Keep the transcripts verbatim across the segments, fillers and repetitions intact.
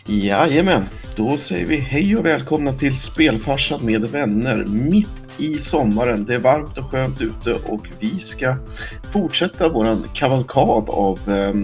Jajamän, då säger vi hej och välkomna till Spelfarsan med vänner mitt i sommaren. Det är varmt och skönt ute och vi ska fortsätta våran kavalkad av,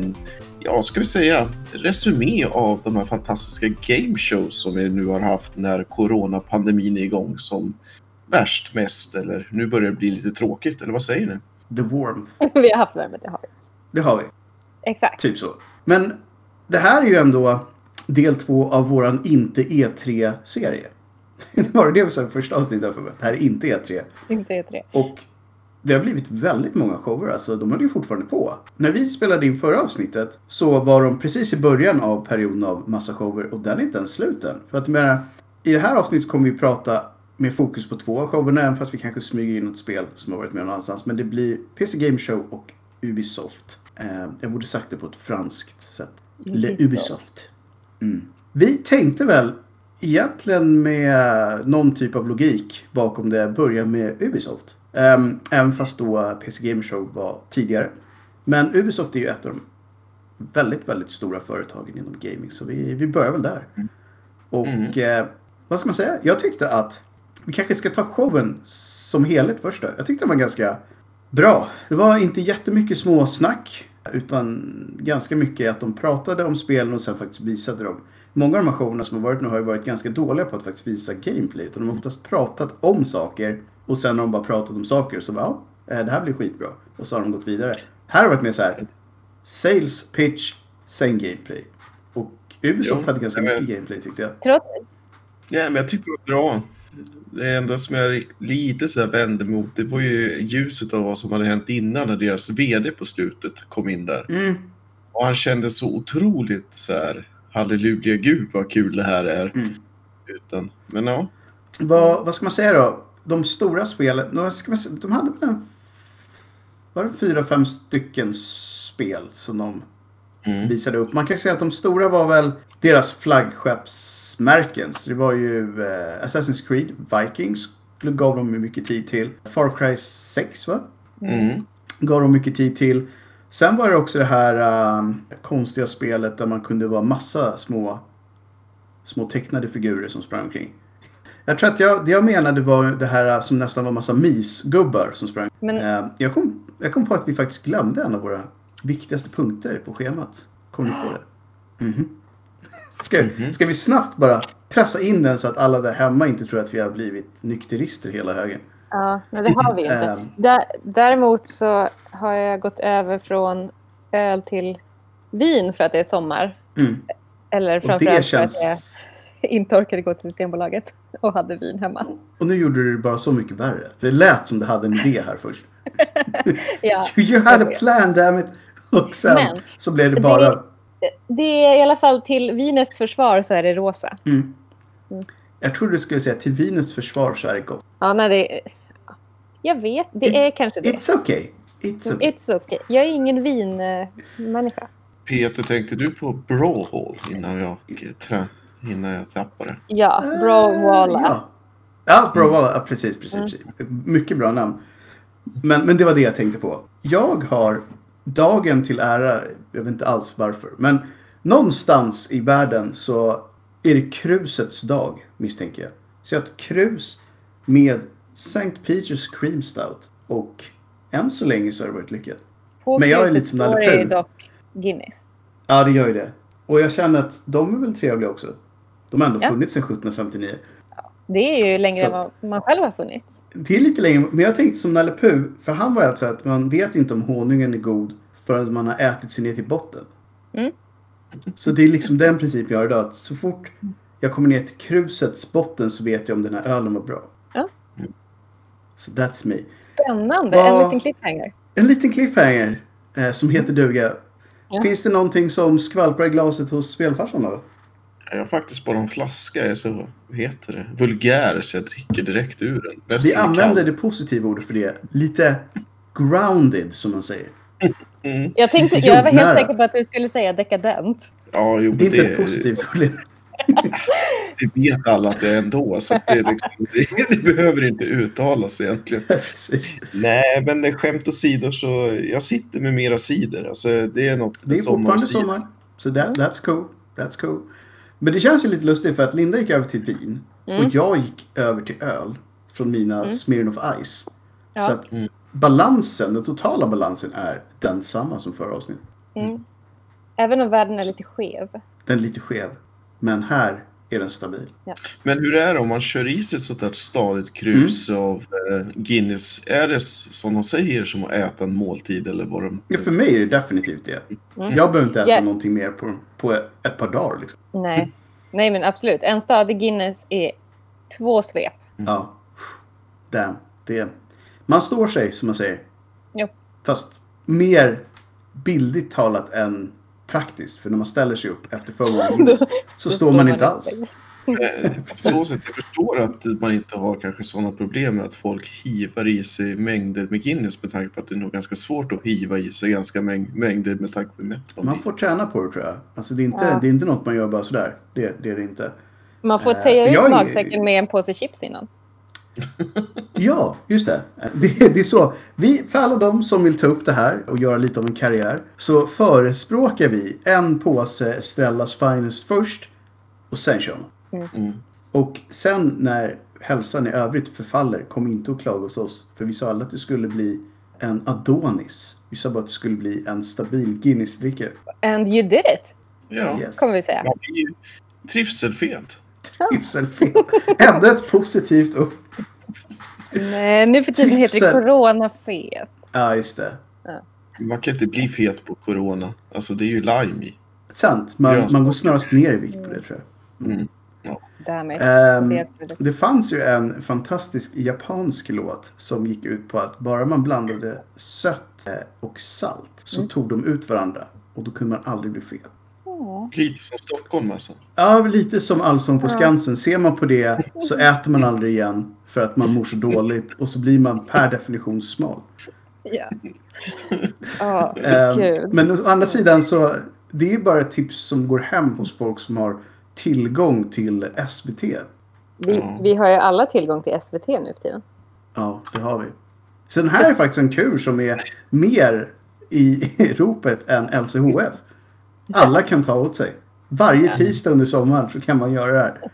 ja ska vi säga, resumé av de här fantastiska gameshows som vi nu har haft när coronapandemin är igång som värst mest, eller nu börjar det bli lite tråkigt, eller vad säger ni? The warmth. Vi har haft värme, det har vi. Det har vi. Exakt. Typ så. Men det här är ju ändå del två av våran inte E tre-serie. Det var det vi sa i första avsnittet för mig. Det här är inte E tre. Inte E tre. Och det har blivit väldigt många shower. Alltså de är ju fortfarande på. När vi spelade in förra avsnittet så var de precis i början av perioden av massa shower. Och den är inte ens sluten. För att menar, i det här avsnittet kommer vi prata med fokus på två av showerna. Även fast vi kanske smyger in något spel som har varit med någon annanstans. Men det blir P C Game Show och Ubisoft. Eh, jag borde sagt det på ett franskt sätt. Le Ubisoft. Mm. Vi tänkte väl egentligen med någon typ av logik bakom det börja med Ubisoft. Um, även fast då P C Game Show var tidigare. Men Ubisoft är ju ett av de väldigt, väldigt stora företagen inom gaming. Så vi, vi börjar väl där. Mm. Och mm. Eh, vad ska man säga? Jag tyckte att vi kanske ska ta showen som helhet först då. Jag tyckte den var ganska bra. Det var inte jättemycket små snack. Utan ganska mycket att de pratade om spelen och sen faktiskt visade dem. Många av de här showerna som har varit nu har ju varit ganska dåliga på att faktiskt visa gameplay. Och de har oftast pratat om saker. Och sen har de bara pratat om saker. Så bara, ja, det här blir skitbra. Och så har de gått vidare. Här har varit mer så här. Sales, pitch, sen gameplay. Och Ubisoft jo, hade ganska men... mycket gameplay tyckte jag. Trots... Ja, men jag tycker det var bra. Det enda som jag lite så här vände mot, det var ju ljuset av vad som hade hänt innan när deras vd på slutet kom in där. Mm. Och han kände så otroligt så här, halleluja gud vad kul det här är. Mm. Utan, men ja. Vad, vad ska man säga då? De stora spelen, då ska man, de hade väl en, var det fyra, fem stycken spel som de mm. visade upp. Man kan säga att de stora var väl deras flaggskeppsmärken. Så det var ju eh, Assassin's Creed, Vikings gav de mycket tid till. Far Cry sex va? Mm. Gav de mycket tid till. Sen var det också det här uh, konstiga spelet där man kunde vara massa små små tecknade figurer som sprang omkring. Jag tror att jag, det jag menade var det här som nästan var massa mysgubbar som sprang. Men... Uh, jag, kom, jag kom på att vi faktiskt glömde en av våra viktigaste punkter på schemat. Kom ni på det? Mhm. Ska, mm-hmm. ska vi snabbt bara pressa in den så att alla där hemma inte tror att vi har blivit nykterister hela högen? Ja, men det har vi inte. Där, däremot så har jag gått över från öl till vin för att det är sommar. Mm. Eller framförallt känns... för att jag inte orkade gå till Systembolaget och hade vin hemma. Och nu gjorde du det bara så mycket värre. För det lät som du hade en idé här först. Ja, you had a plan, damn it. Och sen men, så blev det bara... Det... Det är i alla fall till vinets försvar så är det rosa. Mm. Mm. Jag tror du skulle säga till vinets försvar så är det gott. Ja, nej, det... Jag vet, det it's, är kanske det. It's okay. It's okay. It's okay. Jag är ingen vinmänniska. Peter, tänkte du på Brawlhall innan jag, innan jag tappade? Ja, Brawlhall. Uh, ja, ja Brawlhall. Ja, precis, precis, precis. Mm. Mycket bra namn. Men, men det var det jag tänkte på. Jag har... Dagen till ära, jag vet inte alls varför. Men någonstans i världen så är det krusets dag, misstänker jag. Så att krus med Sankt Peters Cream Stout. Och än så länge så har det varit lyckat. På men jag är lite lite står det dock Guinness. Ja, det gör ju det. Och jag känner att de är väl trevliga också. De har ändå ja. funnits sedan sjutton femtionio. Ja, det är ju längre än vad man själv har funnits. Det är lite längre, men jag tänkte som Nalle Puh. För han var alltså att man vet inte om honungen är god förrän man har ätit sig ner till botten. Mm. Så det är liksom den principen jag har idag. Att så fort jag kommer ner till krusets botten så vet jag om den här ölen var bra. Ja. Så so that's me. Spännande. Va, en liten cliffhanger. En liten cliffhanger eh, som heter duga. Ja. Finns det någonting som skvalpar i glaset hos spelfarsan då? Jag har faktiskt bara en flaska. Jag är så, vad heter det? Vulgär, så jag dricker direkt ur den. Bäst vi använder det positiva ordet för det. Lite grounded som man säger. Mm. Jag tänkte, jag var helt säker på att du skulle säga dekadent. Ja, jo, det är inte det, ett positivt ord. Det vet alla att det är ändå. Så att det, liksom, det, det behöver inte uttalas egentligen. Nej, men skämt åsido så jag sitter med mera sidor. Alltså, det är något det är fortfarande sommar. Så that, that's cool. That's cool. Men det känns ju lite lustigt för att Linda gick över till vin. Mm. Och jag gick över till öl. Från mina Mm. Smirnoff Ice. Ja. Så att Mm. balansen, den totala balansen är densamma som förra avsnittet. Mm. Även om världen är lite skev. Den är lite skev. Men här är den stabil. Men hur är det om man kör i sig ett sånt där stadigt krus Mm. av eh, Guinness? Är det som de säger som att äta en måltid eller vad de... Ja, för mig är det definitivt det. Mm. Jag behöver inte äta Ja. någonting mer på, på ett par dagar. Liksom. Nej. Nej, men absolut. En stadig Guinness är två svep. Ja. Damn. Det. Man står sig, som man säger. Jo. Fast mer bildligt talat än praktiskt. För när man ställer sig upp efter för många Guinness så står man inte alls. Eh, på så sätt, jag förstår att man inte har kanske sådana problem med att folk hivar i sig mängder med Guinness med tanke på att det är nog ganska svårt att hiva i sig ganska mäng- mängder med tanke på mätt. Man får träna på det, tror jag. Alltså, det, är inte, Ja. det är inte något man gör bara sådär. Det, det är det inte. Man får Eh, teja ut jag är- magsäcken med en påse chips innan. Ja, just det. det. Det är så. Vi, för alla de som vill ta upp det här och göra lite av en karriär, så förespråkar vi en påse Estrellas Finest först och sen kör man. Mm. Och sen när hälsan i övrigt förfaller, kom inte att klaga hos oss. För vi sa alla att det skulle bli en Adonis. Vi sa bara att det skulle bli en stabil Guinness-drickare. And you did it, Ja, Yes. kommer vi säga. man blir ju trivselfet. Trivselfet. Ändå ett positivt ord. Nej, nu för tiden heter det Trivsel. coronafet. Ja, just det. Man kan inte bli fet på corona. Alltså det är ju lime i. Sant. Man, Ja. man går snarast ner i vikt på det, tror jag. Mm. Därmed. Ehm, Det skulle- Det fanns ju en fantastisk japansk låt som gick ut på att bara man blandade sött eh, och salt så Mm. tog de ut varandra. Och då kunde man aldrig bli fet. Ja. Lite som Stockholm alltså. Ja, lite som Allsång på Ja. Skansen. Ser man på det så äter man aldrig igen för att man mår så dåligt. Och så blir man per definition smal. Ja. Ja, Ehm, gud. men å andra sidan så det är bara ett tips som går hem hos folk som har tillgång till S V T. Vi, Ja. vi har ju alla tillgång till S V T nu för tiden. Ja, det har vi. Så den här är faktiskt en kur som är mer i ropet än L C H F. Alla kan ta åt sig. Varje tisdag under sommaren så kan man göra det här.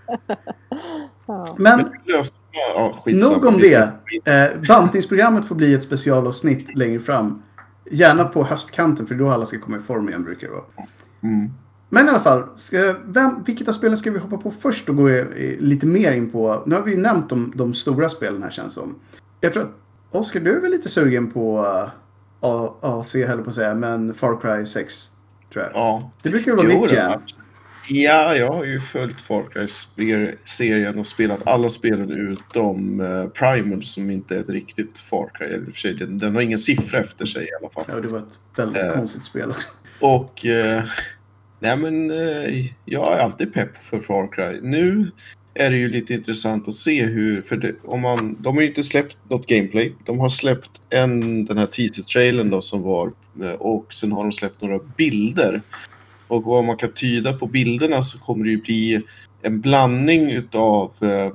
Ja. Men Men löst... Ja, skitsamma. nog om Vi ska- det. Eh, bantningsprogrammet får bli ett specialavsnitt längre fram. Gärna på höstkanten för då alla ska komma i form igen, brukar det vara. Mm. Men i alla fall, ska, vem, vilket av spelen ska vi hoppa på först och gå i, i, lite mer in på? Nu har vi ju nämnt de, de stora spelen här, känns som. Jag tror att, Oskar, du är väl lite sugen på uh, A- A C, höll på att säga, men Far Cry sex, tror jag. Ja. Det brukar ju vara Jo, ditt då. igen. Ja, jag har ju följt Far Cry-serien och spelat alla spelen utom uh, Primal som inte är ett riktigt Far Cry. Eller i och för sig, den, den har ingen siffra efter sig i alla fall. Ja, det var ett väldigt Eh. konstigt spel också. Och eh, nej men eh, jag är alltid pepp för Far Cry. Nu är det ju lite intressant att se hur, för det, om man, de har ju inte släppt något gameplay. De har släppt en, den här teaser-trailern då som var, eh, och sen har de släppt några bilder. Och vad man kan tyda på bilderna så kommer det ju bli en blandning utav eh,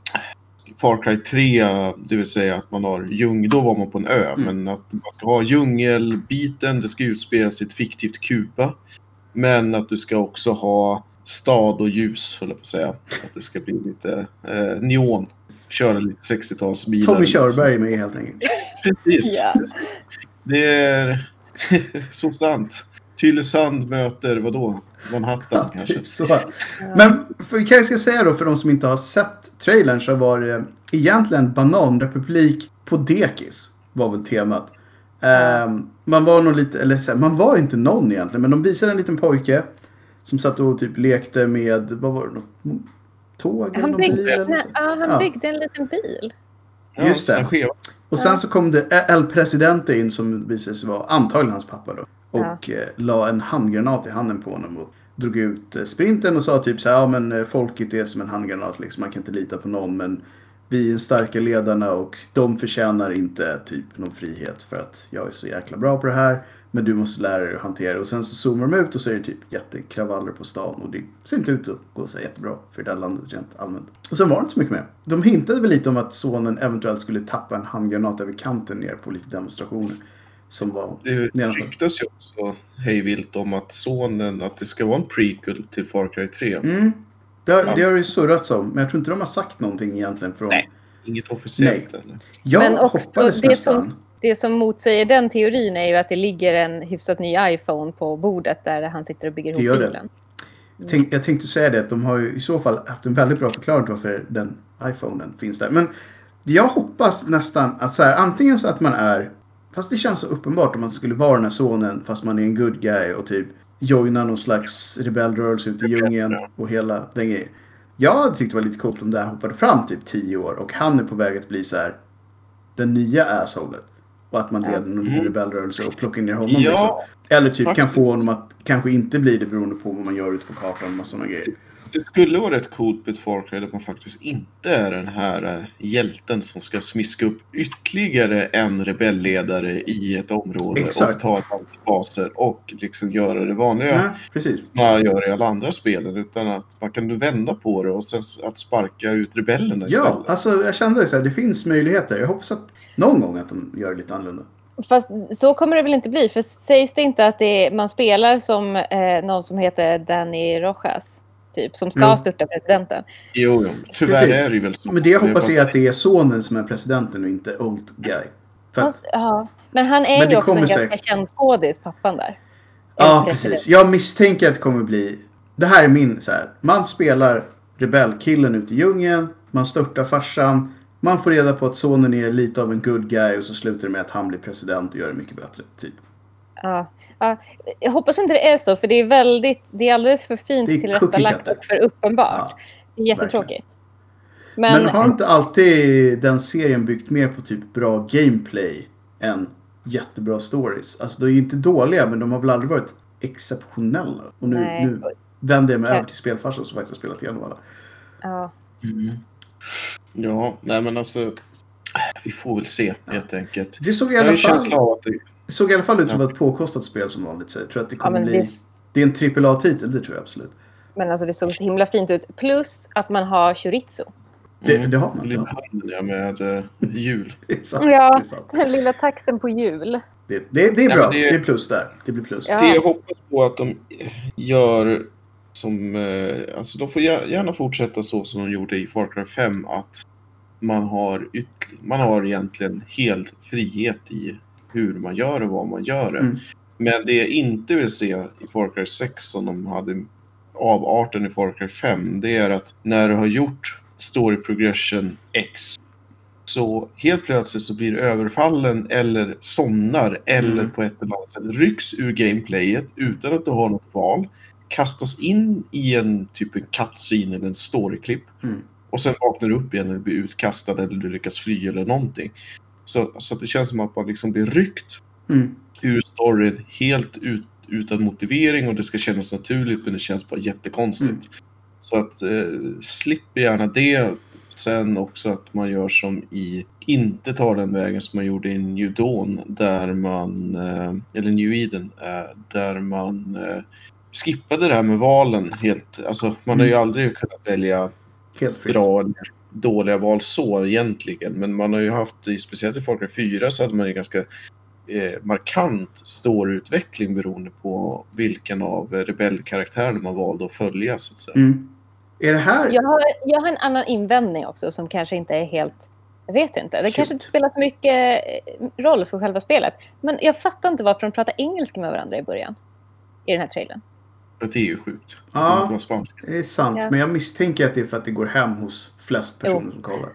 Far Cry tre, det vill säga att man har djungel, då var man på en ö, Mm. men att man ska ha djungelbiten, det ska utspelas i ett fiktivt Kuba. Men att du ska också ha stad och ljus, höll jag på att säga. Att det ska bli lite eh, neon. Köra lite sextiotalsbilar. Tommy Körberg är med helt enkelt. Precis. Ja. Det är så sant. Tylösand möter vadå? Manhattan Ja, kanske. typ så. Men för, kan jag ska säga då för de som inte har sett trailern så var det egentligen bananrepublik på dekis var väl temat. Ehm, man var nog lite, eller så här, man var inte någon egentligen, men de visade en liten pojke som satt och typ lekte med, vad var det, något tåg eller Han, någon bil byggde, eller nej, så. ja, han Ja. byggde en liten bil. Ja, Just det. sen skeva. Och sen så kom det El Presidente in som visade sig vara antagligen hans pappa då. Och eh, la en handgranat i handen på honom och drog ut eh, sprinten och sa typ så här, ja men eh, folket är som en handgranat liksom, man kan inte lita på någon men vi är starka ledarna och de förtjänar inte typ någon frihet för att jag är så jäkla bra på det här. Men du måste lära dig att hantera det. Och sen så zoomar de ut och så är det typ jättekravaller på stan. Och det ser inte ut att gå så jättebra för det här landet rent allmänt. Och sen var det inte så mycket mer. De hintade väl lite om att sonen eventuellt skulle tappa en handgranat över kanten ner på lite demonstrationer. Som var Det nedanför. ryktas ju också hej vilt om att sonen, att det ska vara en prequel till Far Cry tre. Mm. Det har, det har ju surrats om, men jag tror inte de har sagt någonting egentligen från... Nej, inget officiellt. Nej. Eller? Jag Men också hoppades det nästan... som, det som motsäger den teorin är ju att det ligger en hyfsat ny iPhone på bordet där han sitter och bygger ihop gör det. bilen. Tänk, jag tänkte säga det, att de har ju i så fall haft en väldigt bra förklaring till varför den iPhonen finns där. Men jag hoppas nästan att så här, antingen så att man är... Fast det känns så uppenbart om man skulle vara den här sonen fast man är en good guy och typ joina någon slags rebellrörelse ute i djungeln och hela den grejen. Jag hade tyckt det var lite coolt om det här hoppade fram typ tio år och han är på väg att bli så här den nya assholet. Och att man leder någon liten rebellrörelse och plockar ner honom. Ja, liksom. Eller typ faktiskt. kan få honom att kanske inte bli det beroende på vad man gör ute på kartan och sådana grejer. Det skulle vara rätt coolt med ett Far Cry där man faktiskt inte är den här äh, hjälten som ska smiska upp ytterligare en rebellledare i ett område. Exakt. Och ta ett antal baser och liksom göra det vanliga Ja, precis. man gör i alla andra spelen, utan att man kan vända på det och sen att sparka ut rebellerna Ja, istället. alltså jag kände det så här, det finns möjligheter. Jag hoppas att någon gång att de gör det lite annorlunda. Fast så kommer det väl inte bli, för sägs det inte att det är, man spelar som eh, någon som heter Danny Rojas? Typ, som ska Jo. störta presidenten. Jo, jo. Tyvärr Precis. är det ju väl så. Men det jag hoppas bara är att det är sonen som är presidenten och inte old guy. För att, Fast, ja. Men han är Men det ju också en kommer ganska säkert. känd skådis, pappan där. ja, President. precis. Jag misstänker att det kommer bli... Det här är min så här. Man spelar rebellkillen ute i djungeln. Man störtar farsan. Man får reda på att sonen är lite av en good guy. Och så slutar det med att han blir president och gör det mycket bättre. Typ. Ja, ja. Jag hoppas inte det är så, för det är väldigt, det är alldeles för fint Det är tillrättalagt cookie-cutter. och för uppenbart. Ja, det är jättetråkigt. Men, Men har inte alltid den serien byggt mer på typ bra gameplay än jättebra stories? Alltså de är ju inte dåliga, men de har väl aldrig varit exceptionella. Och nu, Nej. nu vänder jag mig Ja. över till spelfarsan som faktiskt har spelat igenom alla. ja. Mm. Ja, nej men alltså vi får väl se helt enkelt. Det såg i Jag har alla ju fall, känsla av att det... det såg i alla fall ut som Ja. ett påkostat spel som vanligt. Så jag tror att det Ja, kommer men bli... det, Det är en trippel A-titel, det tror jag absolut. men alltså det såg så himla fint ut. Plus att man har chorizo. Det, Mm. det har man. Lilla Ja. handen ja, med äh, jul. Det är sant. Ja, Det är sant. den lilla taxen på jul. Det, det, det är Nej, bra. men Det... det- är plus där. Det blir plus. Ja. Det jag hoppas på att de gör som... Eh, alltså de får gär- gärna fortsätta så som de gjorde i Far Cry fem, att man har, yt- man har egentligen helt frihet i hur man gör och vad man gör det. Mm. Men det jag inte vill se i Far Cry sex som de hade avarten i Far Cry fem, det är att när du har gjort story progression X, så helt plötsligt så blir överfallen eller somnar eller Mm. på ett eller annat sätt rycks ur gameplayet utan att du har något val, kastas in i en typ en cutscene eller en storyklipp Mm. och sen vaknar du upp igen eller blir utkastad eller du lyckas fly eller någonting. Så, så att det känns som att man liksom blir ryckt Mm. ur storyn helt ut, utan motivering, och det ska kännas naturligt men det känns bara jättekonstigt. Mm. Så att eh, slipp gärna det. Sen också att man gör som i, inte tar den vägen som man gjorde i New Dawn, där man, eh, eller New Eden, eh, där man eh, skippade det här med valen helt. Alltså man har ju aldrig kunnat välja Helt fritt. bra eller dåliga val så egentligen, men man har ju haft, i- speciellt i Far Cry fyra så hade man ju ganska eh, markant storyutveckling beroende på vilken av rebellkaraktärerna man valde att följa så att säga. Mm. Är det här... Jag har, jag har en annan invändning också som kanske inte är helt... Jag vet inte. Det Shoot. kanske inte spelar så mycket eh, roll för själva spelet. Men jag fattar inte varför de pratar engelska med varandra i början. I den här trailern. För det är ju sjukt. Ja. Det inte vara spanska. Det är sant, Ja. men jag misstänker att det är för att det går hem hos flest personer som kollar.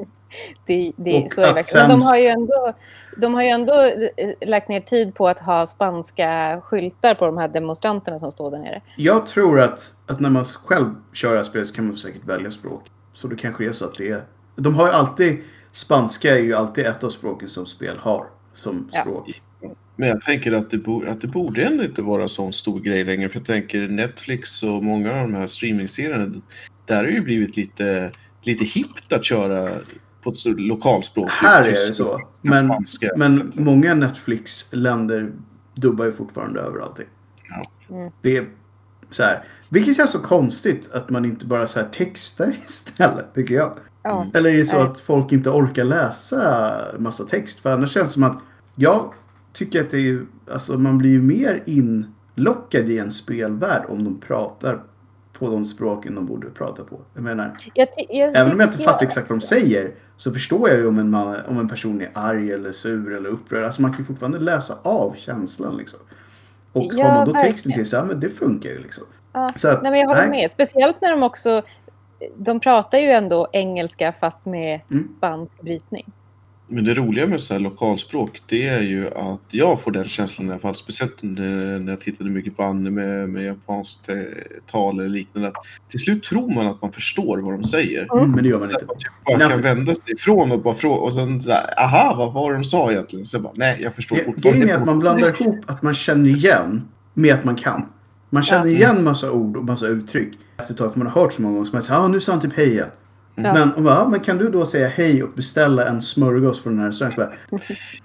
Det, det, Och så är det att verkligen. Men de sen- har ju ändå, de har ju ändå eh, lagt ner tid på att ha spanska skyltar på de här demonstranterna som står där nere. Jag tror att, att när man själv kör det här spelet så kan man säkert välja språk. Så det kanske är så att det är... De har ju alltid... Spanska är ju alltid ett av språken som spel har som Ja. språk. Men jag tänker att det, bo, att det borde ändå inte vara en sån stor grej längre. För jag tänker Netflix och många av de här streamingserierna, där har ju blivit lite, lite hippt att köra på ett stort lokalspråk. Här är det tyska, så. Men, spanska, men så att- många Netflix-länder dubbar ju fortfarande över allting. Ja. Mm. Det är så här. Vilket känns så konstigt att man inte bara så här textar istället, tycker jag. Ja. Eller är det så Nej. att folk inte orkar läsa massa text? För annars känns det som att jag tycker att det är ju, alltså man blir ju mer inlockad i en spelvärld om de pratar på på de språken de borde prata på. Jag menar, jag jag, även om jag inte fattar jag exakt vad de också. säger, så förstår jag ju om en, man, om en person är arg eller sur eller upprörd. Alltså man kan ju fortfarande läsa av känslan liksom. Och Ja, har man då verkligen. texten till sig, ja, men det funkar ju liksom. Ja. Så att, Nej, men jag håller nej. med. Speciellt när de också... De pratar ju ändå engelska fast med Mm. spansk brytning. Men det roliga med så här lokalspråk, det är ju att jag får den känslan i alla fall, speciellt när jag tittade mycket på anime med japanskt eh, tal eller liknande, att till slut tror man att man förstår vad de säger. Mm, men det gör man Så att inte. man typ bara Nej. kan vända sig ifrån och bara fråga, och sen så här, aha, vad var det de sa egentligen? Så jag bara, nej, jag förstår Det- fortfarande Grejen är att man blandar ihop att man känner igen med att man kan. Man känner Ja. igen massa ord och massa uttryck. Efter ett tag, för man har hört så många gånger, så man säger, ja, nu sa han typ hej igen. Ja. Men, och bara, ja, men kan du då säga hej och beställa en smörgås från den här restaurangen? Så bara,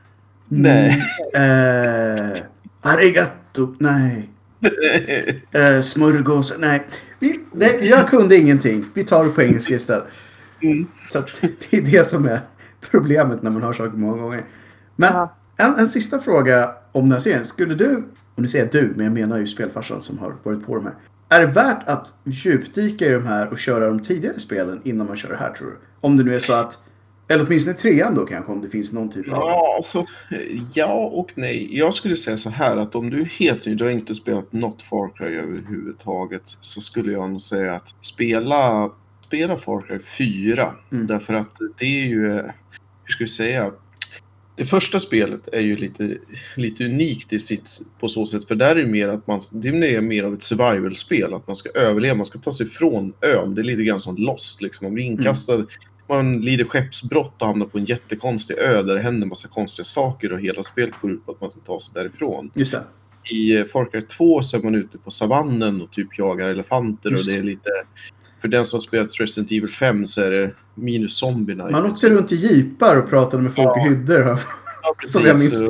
Nej. Mm, eh, arigato. Nej. Eh, smörgås. Nej. Vi, det, jag kunde ingenting. Vi tar det på engelska istället. Mm. Så att det är det som är problemet när man har saker många gånger. Men Ja. en, en sista fråga om den här serien. Skulle du, och nu säger jag du, men jag menar ju spelfarsan som har varit på de här. Är det värt att djupdyka i de här och köra de tidigare spelen innan man kör det här, tror du? Om det nu är så att, eller åtminstone trean då kanske, om det finns någon typ av... Ja, alltså, ja och nej. Jag skulle säga så här att om du är helt ny, du har inte spelat något Far Cry överhuvudtaget, så skulle jag nog säga att spela, spela Far Cry fyra. Mm. Därför att det är ju, hur ska vi säga, det första spelet är ju lite, lite unikt i sitt, på så sätt, för där är det mer att man, det är mer av ett survival-spel, att man ska överleva, man ska ta sig från ön. Det är lite grann som Lost, liksom. Man blir inkastad, mm. man lider skeppsbrott och hamnar på en jättekonstig ö där det händer en massa konstiga saker och hela spelet går ut på att man ska ta sig därifrån. Just det. I Far Cry två så är man ute på savannen och typ jagar elefanter. Just. Och det är lite, för den som har spelat Resident Evil fem så är det minus zombierna. Man åkte runt i jeepar och pratade med folk Ja. i hyddor. Ja, precis. Som jag minns. Så,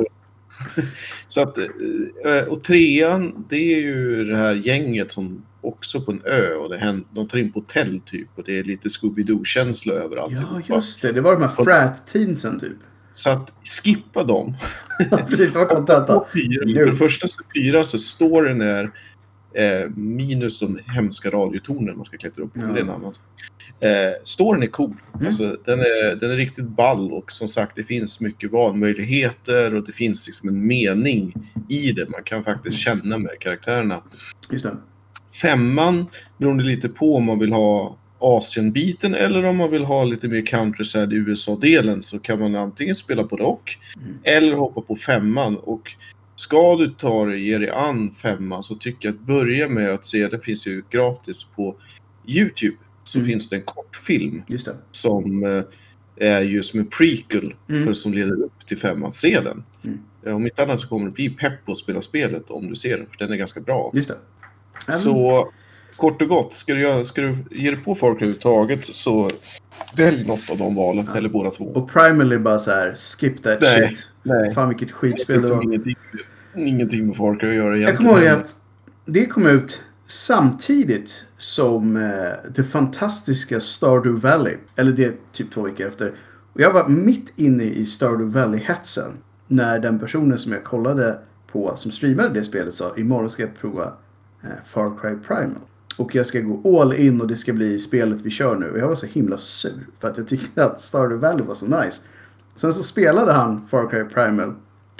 så att, och trean, det är ju det här gänget som också på en ö och det händer, de tar in på hotell typ och det är lite Scooby-Doo-känsla överallt. Ja, just det. Det var de här frat-teensen typ. Så att skippa dem. Precis, det var kontenta. För det första så fyra så storyn är eh, minus de hemska radiotonen man ska klättra upp på. Ja. Det är en annan sak. Eh, storyn är cool. Mm. Alltså, den, är, den är riktigt ball och som sagt det finns mycket valmöjligheter och det finns liksom en mening i det. Man kan faktiskt känna med karaktärerna. Just det. Femman beroende lite på om man vill ha Asien-biten eller om man vill ha lite mer countryside i U S A-delen, så kan man antingen spela på rock Mm. eller hoppa på femman. Och ska du ta dig ge dig an femman så tycker jag att börja med att se, det finns ju gratis på YouTube, så Mm. finns det en kortfilm Just det. som eh, är ju som en prequel Mm. för som leder upp till femman. Se den. Mm. Eh, Om inte annat så kommer det bli pepp på att spela spelet om du ser den, för den är ganska bra. Just det. Även- Så kort och gott, ska du, göra, ska du ge dig på folk överhuvudtaget så välj något av de valen, Ja. eller båda två. Och Primal är bara så här, skip that Nej, shit. nej. Fan vilket Det skitspel har det var. ingenting, ingenting med folk att göra Jag egentligen. kommer ihåg att det kom ut samtidigt som eh, det fantastiska Stardew Valley. Eller det typ två veckor efter. Och jag var mitt inne i Stardew Valley-hetsen. När den personen som jag kollade på som streamade det spelet sa imorgon ska jag prova eh, Far Cry Primal. Och jag ska gå all in och det ska bli spelet vi kör nu. Och jag var så himla sur för att jag tyckte att Stardew Valley var så nice. Sen så spelade han Far Cry Primal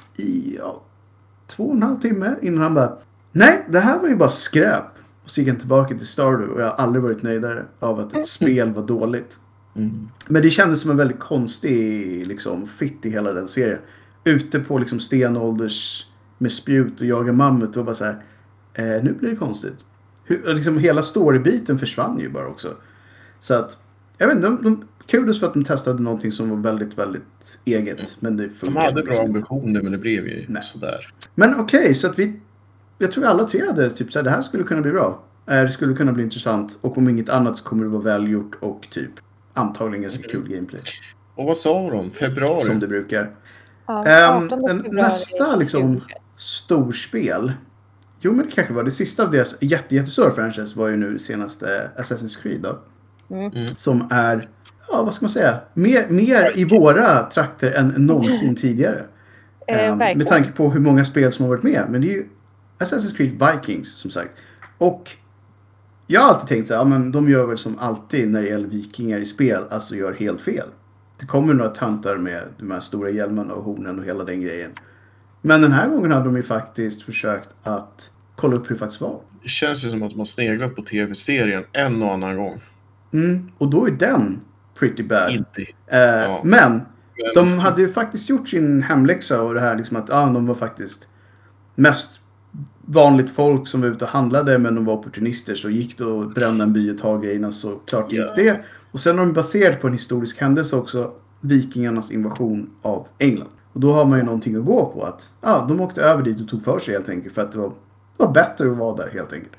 i ja, två och en halv timme innan han bara nej, det här var ju bara skräp. Och så gick han tillbaka till Stardew och jag har aldrig varit nöjdare av att ett spel var dåligt. Mm. Men det kändes som en väldigt konstig liksom, fit i hela den serien. Ute på liksom, stenålders med spjut och jaga mammut och bara så här, eh, nu blir det konstigt. Hur, liksom, hela storybiten försvann ju bara också. Så att, jag vet inte, de, de, kudos för att de testade någonting som var väldigt, väldigt eget. Mm. Men det De funkar hade bra liksom inte. ambitioner men det blev ju Nej. sådär. Men okej, okay, så att vi... Jag tror alla tre hade typ så här, det här skulle kunna bli bra. Eh, Det skulle kunna bli intressant. Och om inget annat så kommer det vara välgjort och typ antagligen ganska kul gameplay. Och vad sa de? Februari? Som det brukar. Ja, Ehm, artonde en- februari nästa liksom tjugohundratjugoett. storspel. Jo men det kanske var det sista av deras jätte, jättestora franchise var ju nu senaste Assassin's Creed då. Mm. Mm. Som är, ja vad ska man säga, mer, mer i våra trakter än någonsin tidigare. Eh, Ehm, verkligen. med tanke på hur många spel som har varit med. Men det är ju Assassin's Creed Vikings som sagt. Och jag har alltid tänkt så här, ja, men de gör väl som alltid när det gäller vikingar i spel, alltså gör helt fel. Det kommer några tantar med de här stora hjälmarna och hornen och hela den grejen. Men den här gången hade de ju faktiskt försökt att kolla upp hur det faktiskt var. Det känns ju som att man sneglat på tv-serien en och annan gång. Mm, och då är den pretty bad. Inte. Eh, Ja. Men Men de hade ju faktiskt gjort sin hemläxa och det här liksom att ah, de var faktiskt mest vanligt folk som var ute och handlade, men de var opportunister, så gick det och brände en by och tag grejerna, så klart gick Ja. det. Och sen har de baserat på en historisk händelse också, vikingarnas invasion av England. Och då har man ju någonting att gå på, att ah, de åkte över dit och tog för sig helt enkelt, för att det var, det var bättre att vara där helt enkelt.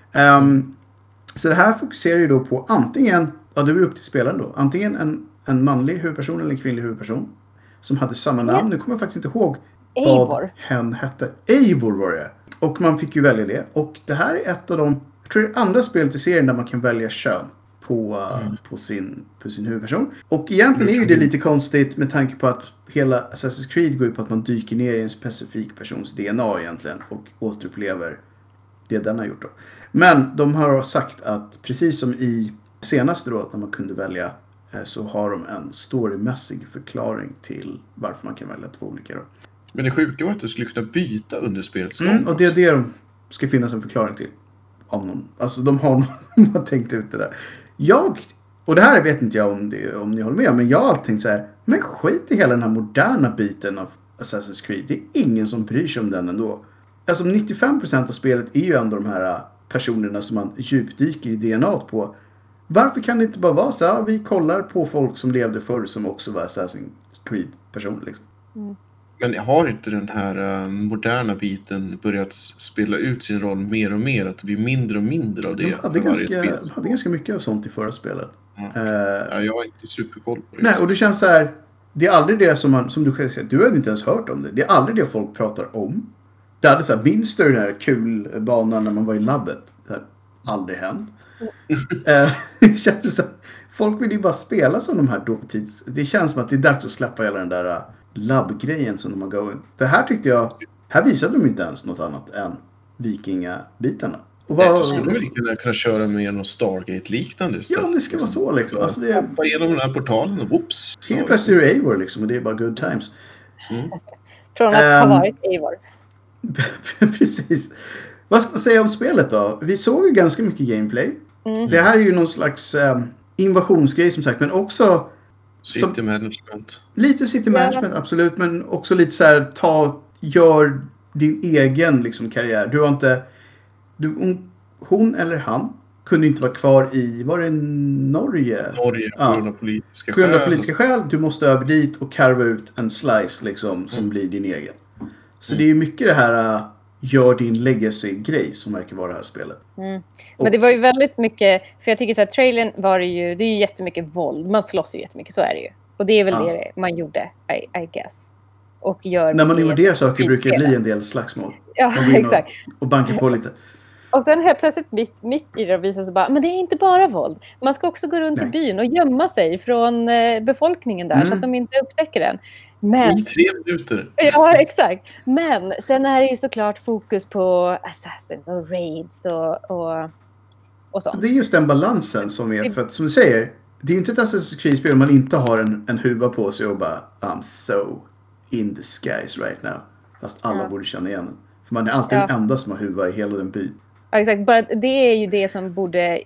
Um, så det här fokuserar ju då på antingen, ja det blir upp till spelaren då, antingen en, en manlig huvudperson eller en kvinnlig huvudperson som hade samma namn. Nu kommer jag faktiskt inte ihåg vad Eivor. hen hette. Eivor var det. Och man fick ju välja det. Och det här är ett av de, jag tror det är andra spelet i serien där man kan välja kön på, mm. på, sin, på sin huvudperson. Och egentligen är ju det lite konstigt med tanke på att hela Assassin's Creed går ut på att man dyker ner i en specifik persons D N A egentligen och återupplever det den har gjort då. Men de har sagt att precis som i senaste då, när man kunde välja, så har de en storymässig förklaring till varför man kan välja två olika då. Men det sjuka var att du skulle kunna byta under spelets gång. Mm, och det är det de ska finnas en förklaring till. Om någon. Alltså de har, de har tänkt ut det där. Jag, och det här vet inte jag om, det, om ni håller med, men jag har alltid tänkt så här, men skit i hela den här moderna biten av Assassin's Creed. Det är ingen som bryr sig om den ändå. Alltså nittiofem procent av spelet är ju ändå de här personerna som man djupdyker i D N A på. Varför kan det inte bara vara så här, vi kollar på folk som levde förr som också var Assassin's Creed-personer liksom. Mm. Men har inte den här uh, moderna biten börjat spela ut sin roll mer och mer? Att det blir mindre och mindre av det? De hade, ganska, de hade ganska mycket av sånt i förra spelet. Ja. Uh, ja, jag har inte superkoll på det. Nej, och det känns så här, det är aldrig det som man, som du själv säger, du har inte ens hört om det. Det är aldrig det folk pratar om. Det hade så här, minns du den här kul banan när man var i labbet? Det har aldrig hänt. uh, det känns så här, folk vill ju bara spela som de här dåtids. Det känns som att det är dags att släppa hela den där labbgrejen som de har gått. För här tyckte jag, här visade de inte ens något annat än vikingabitarna. Och vad, Nej, då skulle vi kunna, kunna köra med någon Stargate-liknande istället. Ja, om det ska vara så liksom. Alltså, det är, hoppa igenom den här portalen och whoops. Helt plötsligt är det Eivor liksom, och det är bara good times. Mm. Från att um, ha varit Eivor. Precis. Vad ska man säga om spelet då? Vi såg ju ganska mycket gameplay. Mm. Det här är ju någon slags um, invasionsgrej som sagt, men också City som, management. Lite city management, ja. Absolut. Men också lite så här, ta, gör din egen liksom, karriär. Du har inte, du, hon, hon eller han kunde inte vara kvar i, var det Norge? Norge, på grund av politiska skäl. På grund av politiska skäl. Du måste över dit och karva ut en slice liksom, som mm. blir din egen. Så mm. det är ju mycket det här, uh, gör din legacy-grej som verkar vara det här spelet. Mm. Men det var ju väldigt mycket, för jag tycker så här, trailern var det ju, det är ju jättemycket våld. Man slåss ju jättemycket, så är det ju. Och det är väl ja. det man gjorde, I, I guess. Och gör när man invaderar saker brukar det bli en del slagsmål. Ja, exakt. Och, och banka på lite. Och sen helt plötsligt mitt, mitt i det visar sig bara, men det är inte bara våld. Man ska också gå runt Nej. i byn och gömma sig från eh, befolkningen där mm. så att de inte upptäcker den. Men, I tre minuter. Ja, exakt. Men sen är det ju såklart fokus på assassins och raids och, och, och sånt. Det är just den balansen som är, för att som du säger, det är ju inte ett Assassin's Creed-spel om man inte har en, en huva på sig och bara I'm so in the skies right now. Fast alla ja. borde känna igen den. För man är alltid ja. den enda som har huva i hela den byn. Ja, exakt. Bara det är ju det som borde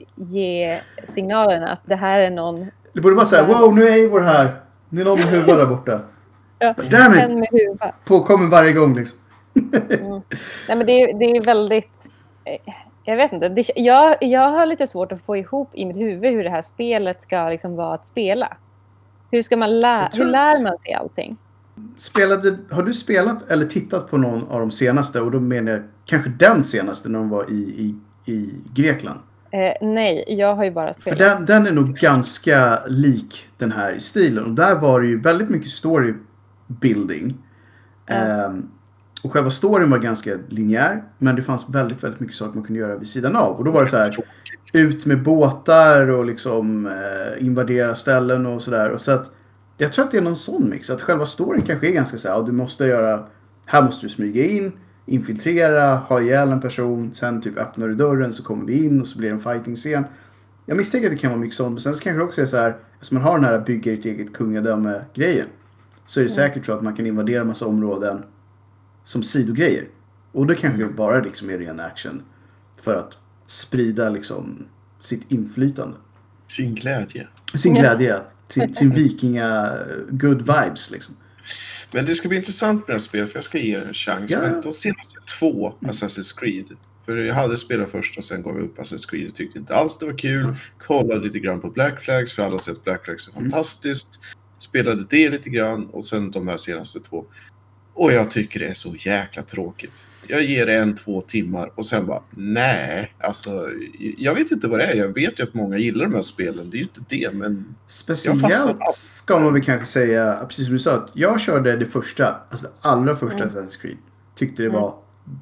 ge signalen att det här är någon... Det borde vara så här, wow, nu är Eivor här. Det är någon med huva där borta. Ja, damn it! En med huva. Påkommer varje gång liksom. mm. Nej, men det är, det är väldigt... Jag vet inte. Det, jag, jag har lite svårt att få ihop i mitt huvud hur det här spelet ska liksom vara att spela. Hur ska man lära... Hur lär man sig allting? Spelade, har du spelat eller tittat på någon av de senaste? Och då menar jag kanske den senaste när de var i, i, i Grekland. Eh, nej, jag har ju bara spelat. För den, den är nog ganska lik den här i stilen. Och där var det ju väldigt mycket story building. Mm. Um, och själva storyn var ganska linjär. Men det fanns väldigt, väldigt mycket saker man kunde göra vid sidan av. Och då var det så här, ut med båtar och liksom uh, invadera ställen och sådär. Och så att jag tror att det är någon sån mix. Att själva storyn kanske är ganska så här, ja, du måste göra, här måste du smyga in. infiltrera, ha ihjäl en person, sen typ öppnar du dörren så kommer vi in och så blir det en fighting-scen. Jag misstänker att det kan vara mycket sånt, men sen så kanske det också är så här, eftersom man har den här bygga ert eget kungadöme-grejen, så är det Mm. säkert så att man kan invadera en massa områden som sidogrejer. Och då kanske det bara liksom är ren action för att sprida liksom sitt inflytande. Sin glädje. Sin glädje, sin, sin vikinga good vibes liksom. Men det ska bli intressant med det här spelet, för jag ska ge det en chans. Ja. Men de senaste två Assassin's Creed. För jag hade spelat först och sen gav jag upp Assassin's Creed. Jag tyckte inte alls det var kul. Mm. Kollade lite grann på Black Flags, för alla har sett Black Flags är Mm. fantastiskt. Spelade det lite grann och sen de här senaste två. Och jag tycker det är så jäkla tråkigt. Jag ger det en, två timmar och sen bara, nej. Alltså, jag vet inte vad det är. Jag vet ju att många gillar de här spelen. Det är ju inte det, men... Speciellt fastnat. ska man väl kanske säga, precis som du sa, att jag körde det första, alltså det allra första Mm. Assassin's Creed. Tyckte det var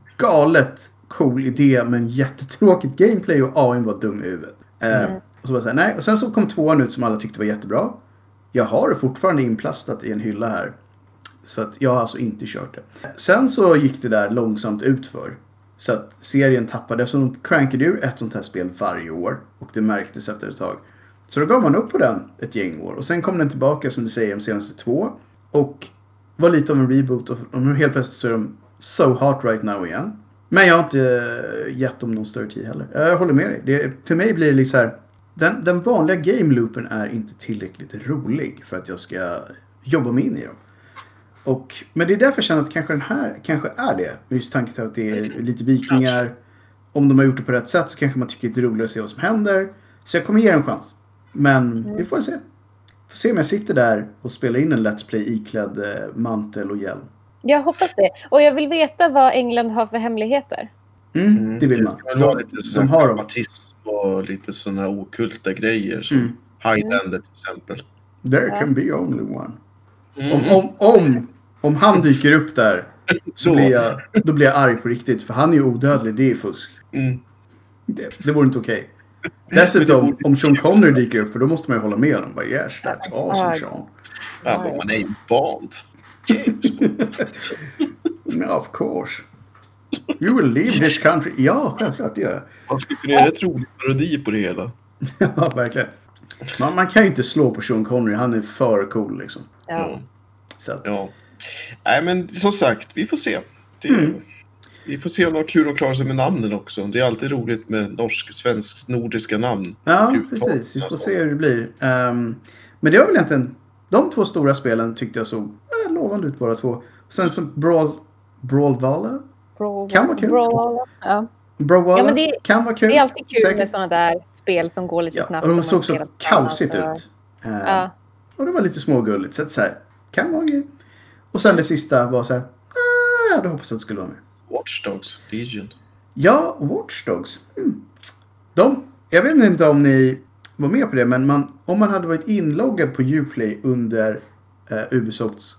galet cool idé, men jättetråkigt gameplay och A I:n var dum i huvudet. Eh, Mm. och så bara säga, nej. Och sen så kom tvåan ut som alla tyckte var jättebra. Jag har det fortfarande inplastat i en hylla här. Så att jag har alltså inte kört det. Sen så gick det där långsamt utför. Så att serien tappade, eftersom de crankade ur ett sånt här spel varje år. Och det märktes efter ett tag. Så då gav man upp på den ett gäng år. Och sen kom den tillbaka, som du säger, de senaste två. Och var lite av en reboot. Och nu helt plötsligt så är de so hot right now igen. Men jag har inte gett dem någon större tid heller. Jag håller med dig. Det, för mig blir det liksom så här. Den, den vanliga game loopen är inte tillräckligt rolig för att jag ska jobba mig in i dem. Och, men det är därför jag känner att kanske den här kanske är det. Med just tanken till att det är lite vikingar. Kanske. Om de har gjort det på rätt sätt så kanske man tycker det är roligare att se vad som händer. Så jag kommer ge en chans. Men vi får se. Får se om jag sitter där och spelar in en Let's Play iklädd eh, mantel och hjälm. Jag hoppas det. Och jag vill veta vad England har för hemligheter. Mm, Mm, det vill man. ska väl vara De, lite de sån har här dem. dramatism och lite såna okulta grejer som Mm. Highlander till exempel. There Ja. can be only one. Mm. Om, om, om, om han dyker upp där så Så. blir jag, då blir jag arg på riktigt. För han är ju odödlig, det är fusk. Mm. Det, det vore inte okej. Dessutom, om Sean Connery dyker upp, för då måste man ju hålla med honom. Bara, yes, that's awesome, Sean. Ja, men man är ju Bond. James Bond. No, of course. You will leave this country. Ja, självklart, det gör jag. Man skulle kunna göra ett roligt parodi på det hela. Ja, verkligen. Man, man kan ju inte slå på Sean Connery, han är för cool liksom. Ja. Så att, Ja. Nej, men som sagt, vi får se. Det, Mm. Vi får se om de har kul att klara sig med namnen också. Det är alltid roligt med norsk, svensk, nordiska namn. ja, Uttal, precis. Vi får så. se hur det blir. Um, men det var väl egentligen... De två stora spelen tyckte jag såg eh, lovande ut bara två. Sen så Brawl... Brawlhalla? Brawl- Kan vara kul. Brawlhalla. Ja. Brawlhalla Ja, men det- kan vara kul. Det är alltid kul Säkert. med sådana där spel som går lite Ja, snabbt. och de man såg så spelar tillsammans kaosigt och- ut. Uh, Ja. Och det var lite smågulligt. Så att så här, kan vara en grej. Och sen det sista var så här... Ah, jag hade hoppats att det skulle vara med. Watch Dogs, Legion. Ja, Watch Dogs. Mm. De, jag vet inte om ni var med på det, men man, om man hade varit inloggad på Uplay under eh, Ubisofts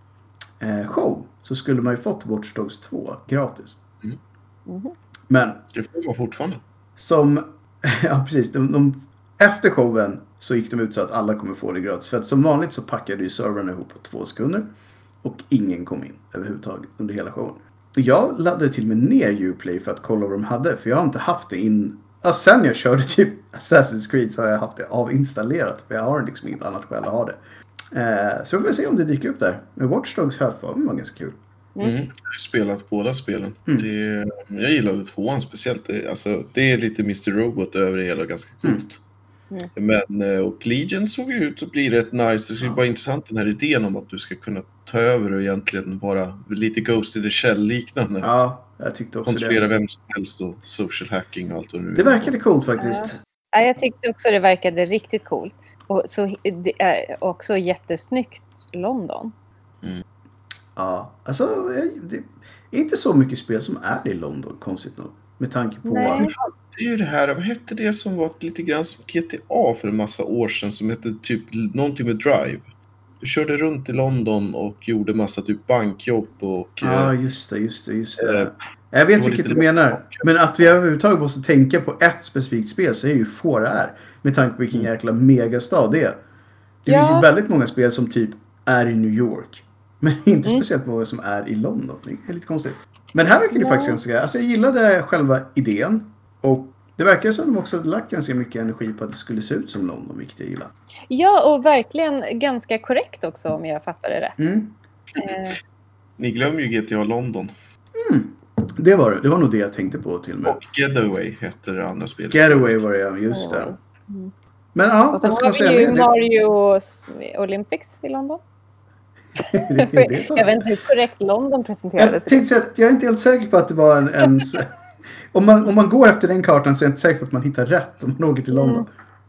eh, show så skulle man ju fått Watch Dogs två gratis. Mm. Mhm. Men Det får man fortfarande. som, ja precis, de, de, efter showen så gick de ut så att alla kommer få det gratis. För att som vanligt så packade ju servrarna ihop på två sekunder och ingen kom in överhuvudtaget under hela showen. Jag laddade till mig ner Uplay för att kolla vad de hade. För jag har inte haft det in... Ja, sen jag körde typ Assassin's Creed så har jag haft det avinstallerat. För jag har liksom inget annat skäl att ha det. Eh, så vi får se om det dyker upp där. Men Watch Dogs här för mig var ganska kul. Mm. Jag har ju spelat båda spelen. Mm. Det, jag gillade tvåan speciellt. Det, alltså, det är lite mister Robot över det hela, ganska coolt. Mm. Men, eh, och Legion såg ju ut att bli rätt nice. Det skulle Ja. vara intressant den här idén om att du ska kunna ta över och egentligen vara lite Ghost in the Shell-liknande. Ja, jag tyckte också Kontrollera det. vem som helst och social hacking och allt vad det nu Det är. verkade coolt faktiskt. Ja, jag tyckte också det verkade riktigt coolt. Och så, det är också jättesnyggt London. Ja, alltså jag- det är inte så mycket spel som är i London, konstigt nog. Med tanke på... Nej. Det är ju det här, vad hette det som var lite grann som G T A för en massa år sedan som hette typ någonting med Drive. Du körde runt i London och gjorde massa typ bankjobb och... Ja, eh, just det, just det, just eh, det. Jag vet det var vilket lite du menar. långt. Men att vi överhuvudtaget måste tänka på ett specifikt spel så är ju få det är. Med tanke på vilken jäkla megastad det är. Det Ja. finns ju väldigt många spel som typ är i New York. Men inte Mm. speciellt många som är i London. Det är lite konstigt. Men här verkar det Ja. faktiskt ganska... Alltså jag gillade själva idén. Och det verkar som att de också hade lagt ganska mycket energi på att det skulle se ut som London, vilket jag gillar. Ja, och verkligen ganska korrekt också om jag fattar det rätt. Mm. Eh, Ni glömmer ju G T A London. Det var det. Det var nog det jag tänkte på till och med. Och Getaway heter det andra spelet. Getaway var det, ja. Just det. Mm. Men ja, och sen vad ska har man säga? vi ju Det, det, Mario Olympics i London. det, det är så. Jag vet inte hur korrekt London presenterades. Jag tänkte säga att jag är inte helt säker på att det var en... en om, man, om man går efter den kartan så är jag inte säker på att man hittar rätt om man åker till London.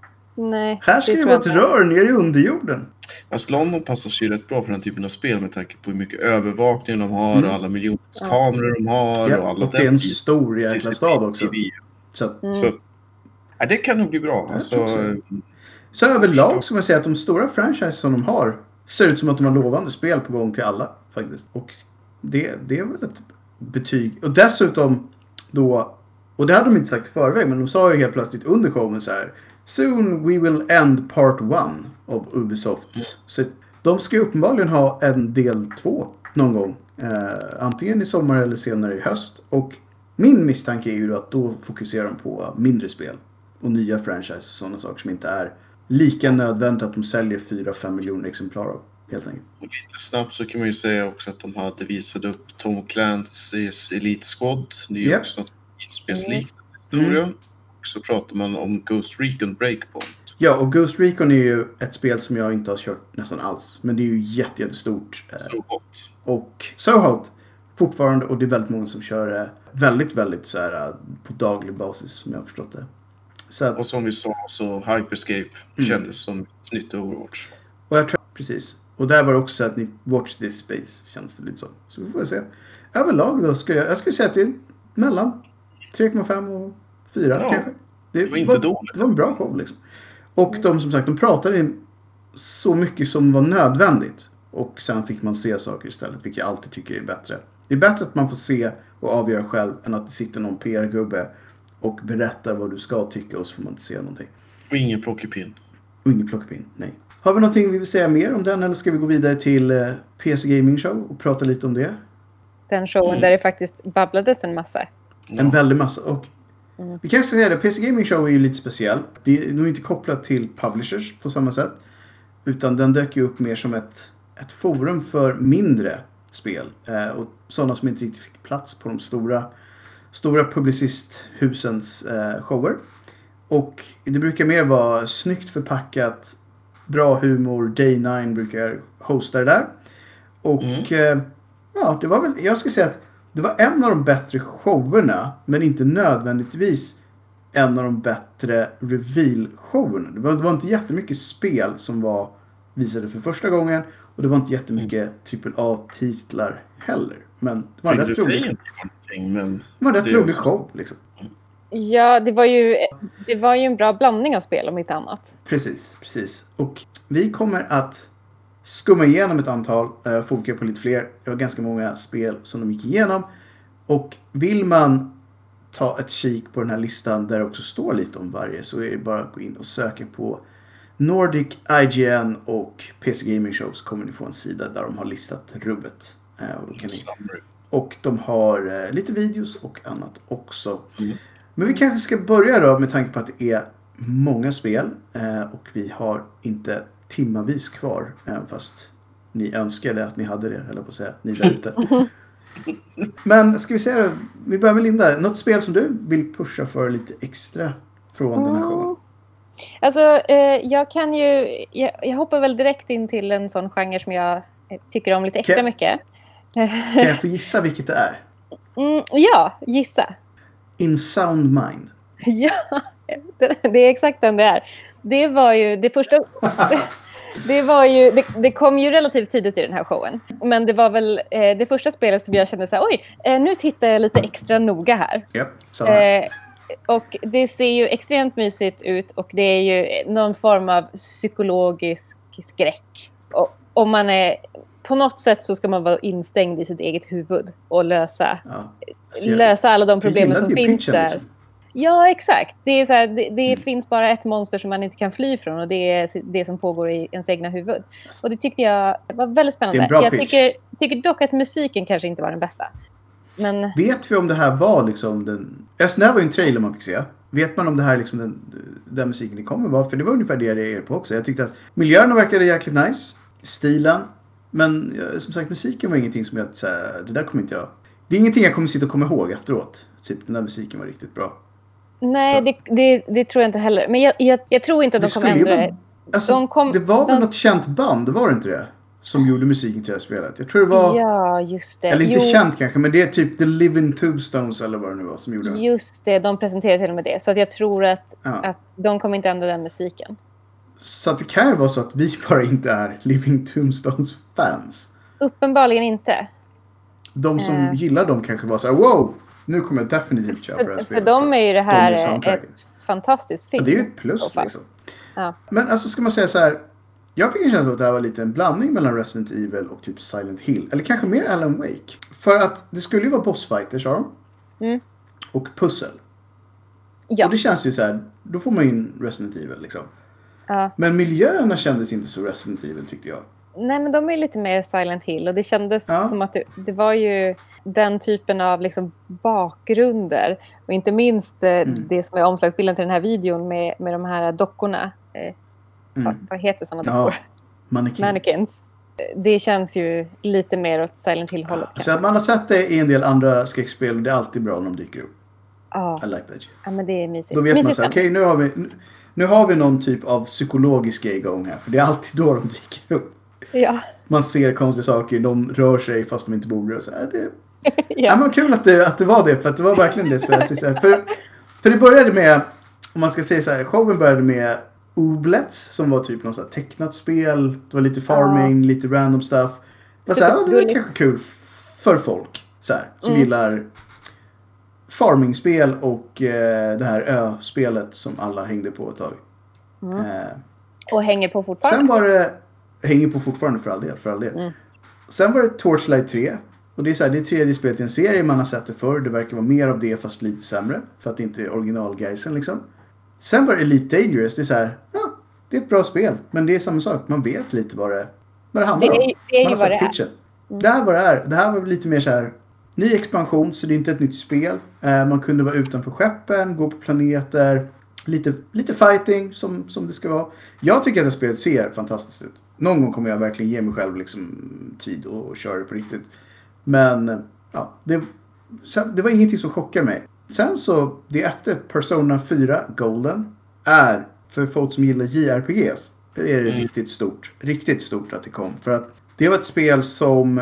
Nej, Här ska det tror vara jag ett inte. rör ner i underjorden. Alltså London passar sig rätt bra för den typen av spel med tanke på hur mycket övervakning de har Mm. och alla miljontals Ja. kameror de har. Ja, och alla och det är en stor jäkla C C T V. stad också. Så, Mm. Så ja, det kan nog bli bra. Jag Alltså, tror så. så överlag ska man säga att de stora franchises som de har ser ut som att de har lovande spel på gång till alla faktiskt. Och det, det är väl ett betyg. Och dessutom då, och det hade de inte sagt i förväg, men de sa ju helt plötsligt under showen så här: Soon we will end part one of Ubisoft. Mm. Så de ska ju uppenbarligen ha en del två någon gång. Eh, antingen i sommar eller senare i höst. Och min misstanke är ju att då fokuserar de på mindre spel. Och nya franchises och sådana saker som inte är lika nödvändigt att de säljer fyra fem miljoner exemplar av. Helt enkelt. och lite snabbt så kan man ju säga också att de hade visat upp Tom Clancy's Elite Squad. Det är ju Yep. också något spelsliknande historia. Mm. Och så pratar man om Ghost Recon Breakpoint. Ja, och Ghost Recon är ju ett spel som jag inte har kört nästan alls. Men det är ju jätte, jättestort. eh, Så gott. Och so hot fortfarande. Och det är väldigt många som kör det väldigt, väldigt så här eh, på daglig basis som jag har förstått det. Så att, Och som vi sa så Hyperscape Mm. kändes som ett nytt Overwatch. och jag tror, precis. Och där var det också så att ni watch this space känns det lite som. Så vi får se. Överlag då skulle jag, jag skulle säga att det är mellan tre komma fem och fyra Ja, kanske. Det var inte dåligt. Det var en bra show liksom. Och de som sagt, de pratade in så mycket som var nödvändigt. Och sen fick man se saker istället, vilket jag alltid tycker är bättre. Det är bättre att man får se och avgöra själv än att det sitter någon P R-gubbe och berättar vad du ska tycka och så får man inte se någonting. Och ingen plockepinn. Och ingen plockepinn, nej. Har vi någonting vi vill säga mer om den eller ska vi gå vidare till eh, P C Gaming Show och prata lite om det? Den showen Mm. där det faktiskt babblades en massa. En väldig massa. Och Mm. vi kan säga det, P C Gaming Show är ju lite speciell. Det är nog inte kopplat till publishers på samma sätt. Utan den dök ju upp mer som ett, ett forum för mindre spel. Eh, och sådana som inte riktigt fick plats på de stora, stora publicisthusens eh, shower. Och det brukar mer vara snyggt förpackat, bra humor. Day nine brukar hosta det där. Och Mm. eh, ja, det var väl, jag skulle säga att det var en av de bättre showerna, men inte nödvändigtvis en av de bättre reveal-showerna. Det var, det var inte jättemycket spel som var visade för första gången och det var inte jättemycket trippel A-titlar heller. Men det var en Det rätt säger rolig, inte någonting, men det var en rätt det är rolig också- show liksom. Ja, det var ju, det var ju en bra blandning av spel om inte annat. Precis, precis. Och vi kommer att skumma igenom ett antal, uh, fokusera på lite fler. Det var ganska många spel som de gick igenom. Och vill man ta ett kik på den här listan där det också står lite om varje så är det bara att gå in och söka på Nordic, I G N och P C Gaming Show så kommer ni få en sida där de har listat rubbet. Uh, och, då kan ni, och de har uh, lite videos och annat också. Mm. Men vi kanske ska börja då med tanke på att det är många spel eh, och vi har inte timmavis kvar även fast ni önskade att ni hade det, eller på att säga, ni där ute. Men ska vi säga då, vi börjar med Linda. Något spel som du vill pusha för lite extra från den här showen? Mm. Alltså, eh, jag kan ju... Jag, jag hoppar väl direkt in till en sån genre som jag eh, tycker om lite extra Okej. mycket. Kan jag få gissa vilket det är? Mm, ja, gissa. In Sound Mind. Ja, det, det är exakt den det är. Det var ju det första... Det, var ju, det, det kom ju relativt tidigt i den här showen. Men det var väl eh, det första spelet som jag kände så här, oj, eh, nu tittar jag lite extra noga här. Japp, samma här. Eh, och det ser ju extremt mysigt ut och det är ju någon form av psykologisk skräck. Och om man är... På något sätt så ska man vara instängd i sitt eget huvud och lösa, Ja, ser- lösa alla de Jag problemen som gillade ju finns pitchen, där. liksom. Ja, exakt. Det, är så här, det, det Mm. finns bara ett monster som man inte kan fly från och det är det som pågår i ens egna huvud. Och det tyckte jag var väldigt spännande. Det är en bra jag pitch. tycker, tycker dock att musiken kanske inte var den bästa. Men... Vet vi om det här var liksom den... Alltså, det här var ju en trailer man fick se. Vet man om det här liksom den, den musiken det kommer vara? För det var ungefär det jag reagerade på också. Jag tyckte att miljöerna verkade jäkligt nice. Stilen. Men som sagt, musiken var ingenting som jag... Så här, det där kommer inte jag... Det är ingenting jag kommer sitta och komma ihåg efteråt. Typ, den där musiken var riktigt bra. Nej, det, det, det tror jag inte heller. Men jag, jag, jag tror inte att de kommer ändra det. Alltså, de kom, det var väl de... något känt band, det var det inte det? Som gjorde musiken till det här spelet. Jag tror det var... Ja, just det. Eller inte jo. känt kanske, men det är typ The Living Tombstones eller vad det nu var som gjorde det. Just det, de presenterade till och med det. Så att jag tror att, Ja. att de kommer inte ändra den musiken. Så att det kan ju vara så att vi bara inte är Living Tombstones fans. Uppenbarligen inte. De som Eh. gillar dem kanske var så här: wow, nu kommer jag definitivt köpa det här För, spelet. för dem är ju det här de är ett soundtracket. fantastiskt film. Ja, det är ju ett plus liksom. Ja. Men alltså ska man säga så här. Jag fick en känsla av att det här var lite en blandning mellan Resident Evil och typ Silent Hill. Eller kanske mer Alan Wake. För att det skulle ju vara bossfighters, sa de. Mm. Och pussel. Ja. Och det känns ju så här, då får man in Resident Evil liksom. Ja. Men miljöerna kändes inte så Resident Evil tyckte jag. Nej, men de är lite mer Silent Hill. Och det kändes Ja. som att det, det var ju den typen av liksom bakgrunder. Och inte minst eh, Mm. det som är omslagsbilden till den här videon med, med de här dockorna. Eh, Mm. vad, vad heter sådana Ja, dockor? mannequin. Mannequins. Eh, Det känns ju lite mer åt Silent Hill-hållet. Så kanske. att man har sett det i en del andra skräckspel, det är alltid bra när de dyker upp. Ja. I like that shit. Ja, men det är mysigt. Då vet man mysigt så här, okej, nu har vi nu, nu har vi någon typ av psykologisk grej igång här. För det är alltid då de dyker upp. Ja. Man ser konstiga saker, de rör sig fast de inte borde. Så här, det, ja. ja. Men kul att det, att det var det, för att det var verkligen det spelet. För, för det började med, om man ska säga så här, showen började med Ooblets, som var typ något så här tecknat spel. Det var lite farming, lite random stuff. Det var, så här, ja, det var kanske kul för folk så här, som Mm. gillar farmingspel och eh, det här ö-spelet som alla hängde på ett tag. Mm. Eh, Och hänger på fortfarande. sen var det, hänger på fortfarande för all del, för all del. Mm. Sen var det Torchlight tre. Och det är så här, det är tredje spelet i en serie, man har sett det förr. Det verkar vara mer av det fast lite sämre. För att det inte är originalgeisen liksom. Sen var det Elite Dangerous. Det är så här, ja, det är ett bra spel. Men det är samma sak, man vet lite vad det, vad det handlar Det är- om. det är ju man har vad sett det är. pitchen. Det här var det är. Det här var lite mer så här, ny expansion, så det är inte ett nytt spel. Eh, man kunde vara utanför skeppen, gå på planeter. Lite, lite fighting som, som det ska vara. Jag tycker att det spelet ser fantastiskt ut. Någon gång kommer jag verkligen ge mig själv liksom tid och, och köra det på riktigt. Men ja, det, sen, det var ingenting som chockade mig. Sen så, det efter Persona fyra Golden är, för folk som gillar J R P Gs, är det Mm. riktigt stort. Riktigt stort att det kom. För att det var ett spel som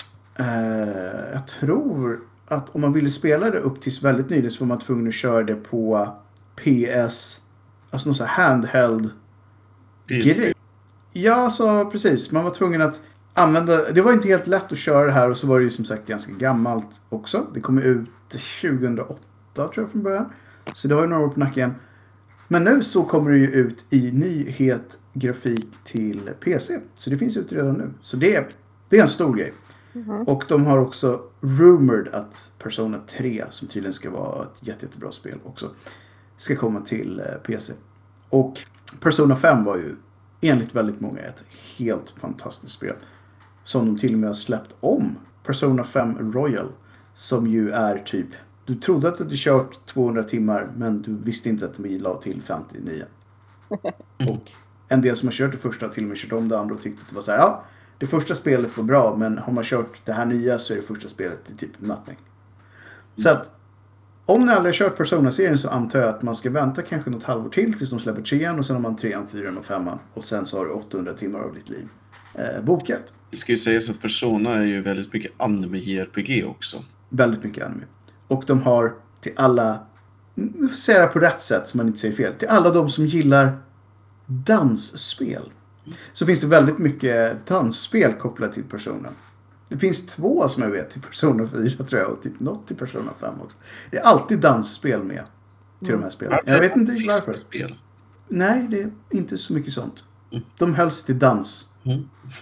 eh, jag tror att om man ville spela det upp tills väldigt nyligen så var man tvungen att köra det på P S, alltså någon sån här handheld grej. Ja, så precis. Man var tvungen att använda, det var inte helt lätt att köra det här och så var det ju som sagt ganska gammalt också. Det kom ut tjugohundraåtta tror jag från början. Så det har ju några år på nacken. Men nu så kommer det ju ut i nyhet grafik till P C. Så det finns ute redan nu. Så det, det är en stor grej. Mhm. Och de har också rumored att Persona tre, som tydligen ska vara ett jätte, jättebra spel också, ska komma till eh, P C. Och Persona fem var ju enligt väldigt många ett helt fantastiskt spel. Som de till och med har släppt om. Persona fem Royal. Som ju är typ, du trodde att du hade kört tvåhundra timmar men du visste inte att de la till femtionio. Och en del som har kört det första har till och med kört om det andra och tyckte att det var så här, ja, det första spelet var bra, men har man kört det här nya så är det första spelet typ nothing. Så att om ni aldrig har kört Persona-serien så antar jag att man ska vänta kanske något halvår till tills de släpper trean och sen har man trean, fyran och femman och sen så har du åttahundra timmar av ditt liv eh, bokat. Det ska ju sägas att Persona är ju väldigt mycket anime-J R P G också. Väldigt mycket anime. Och de har till alla, vi får säga det på rätt sätt så man inte säger fel, till alla de som gillar dansspel. Så finns det väldigt mycket dansspel kopplat till Persona. Det finns två som jag vet till Persona fyra tror jag och typ något till Persona fem också. Det är alltid dansspel med till de här spelen. Jag vet inte riktigt varför. Fiskspel. Nej, det är inte så mycket sånt. Mm. De hölls till dans. Mm.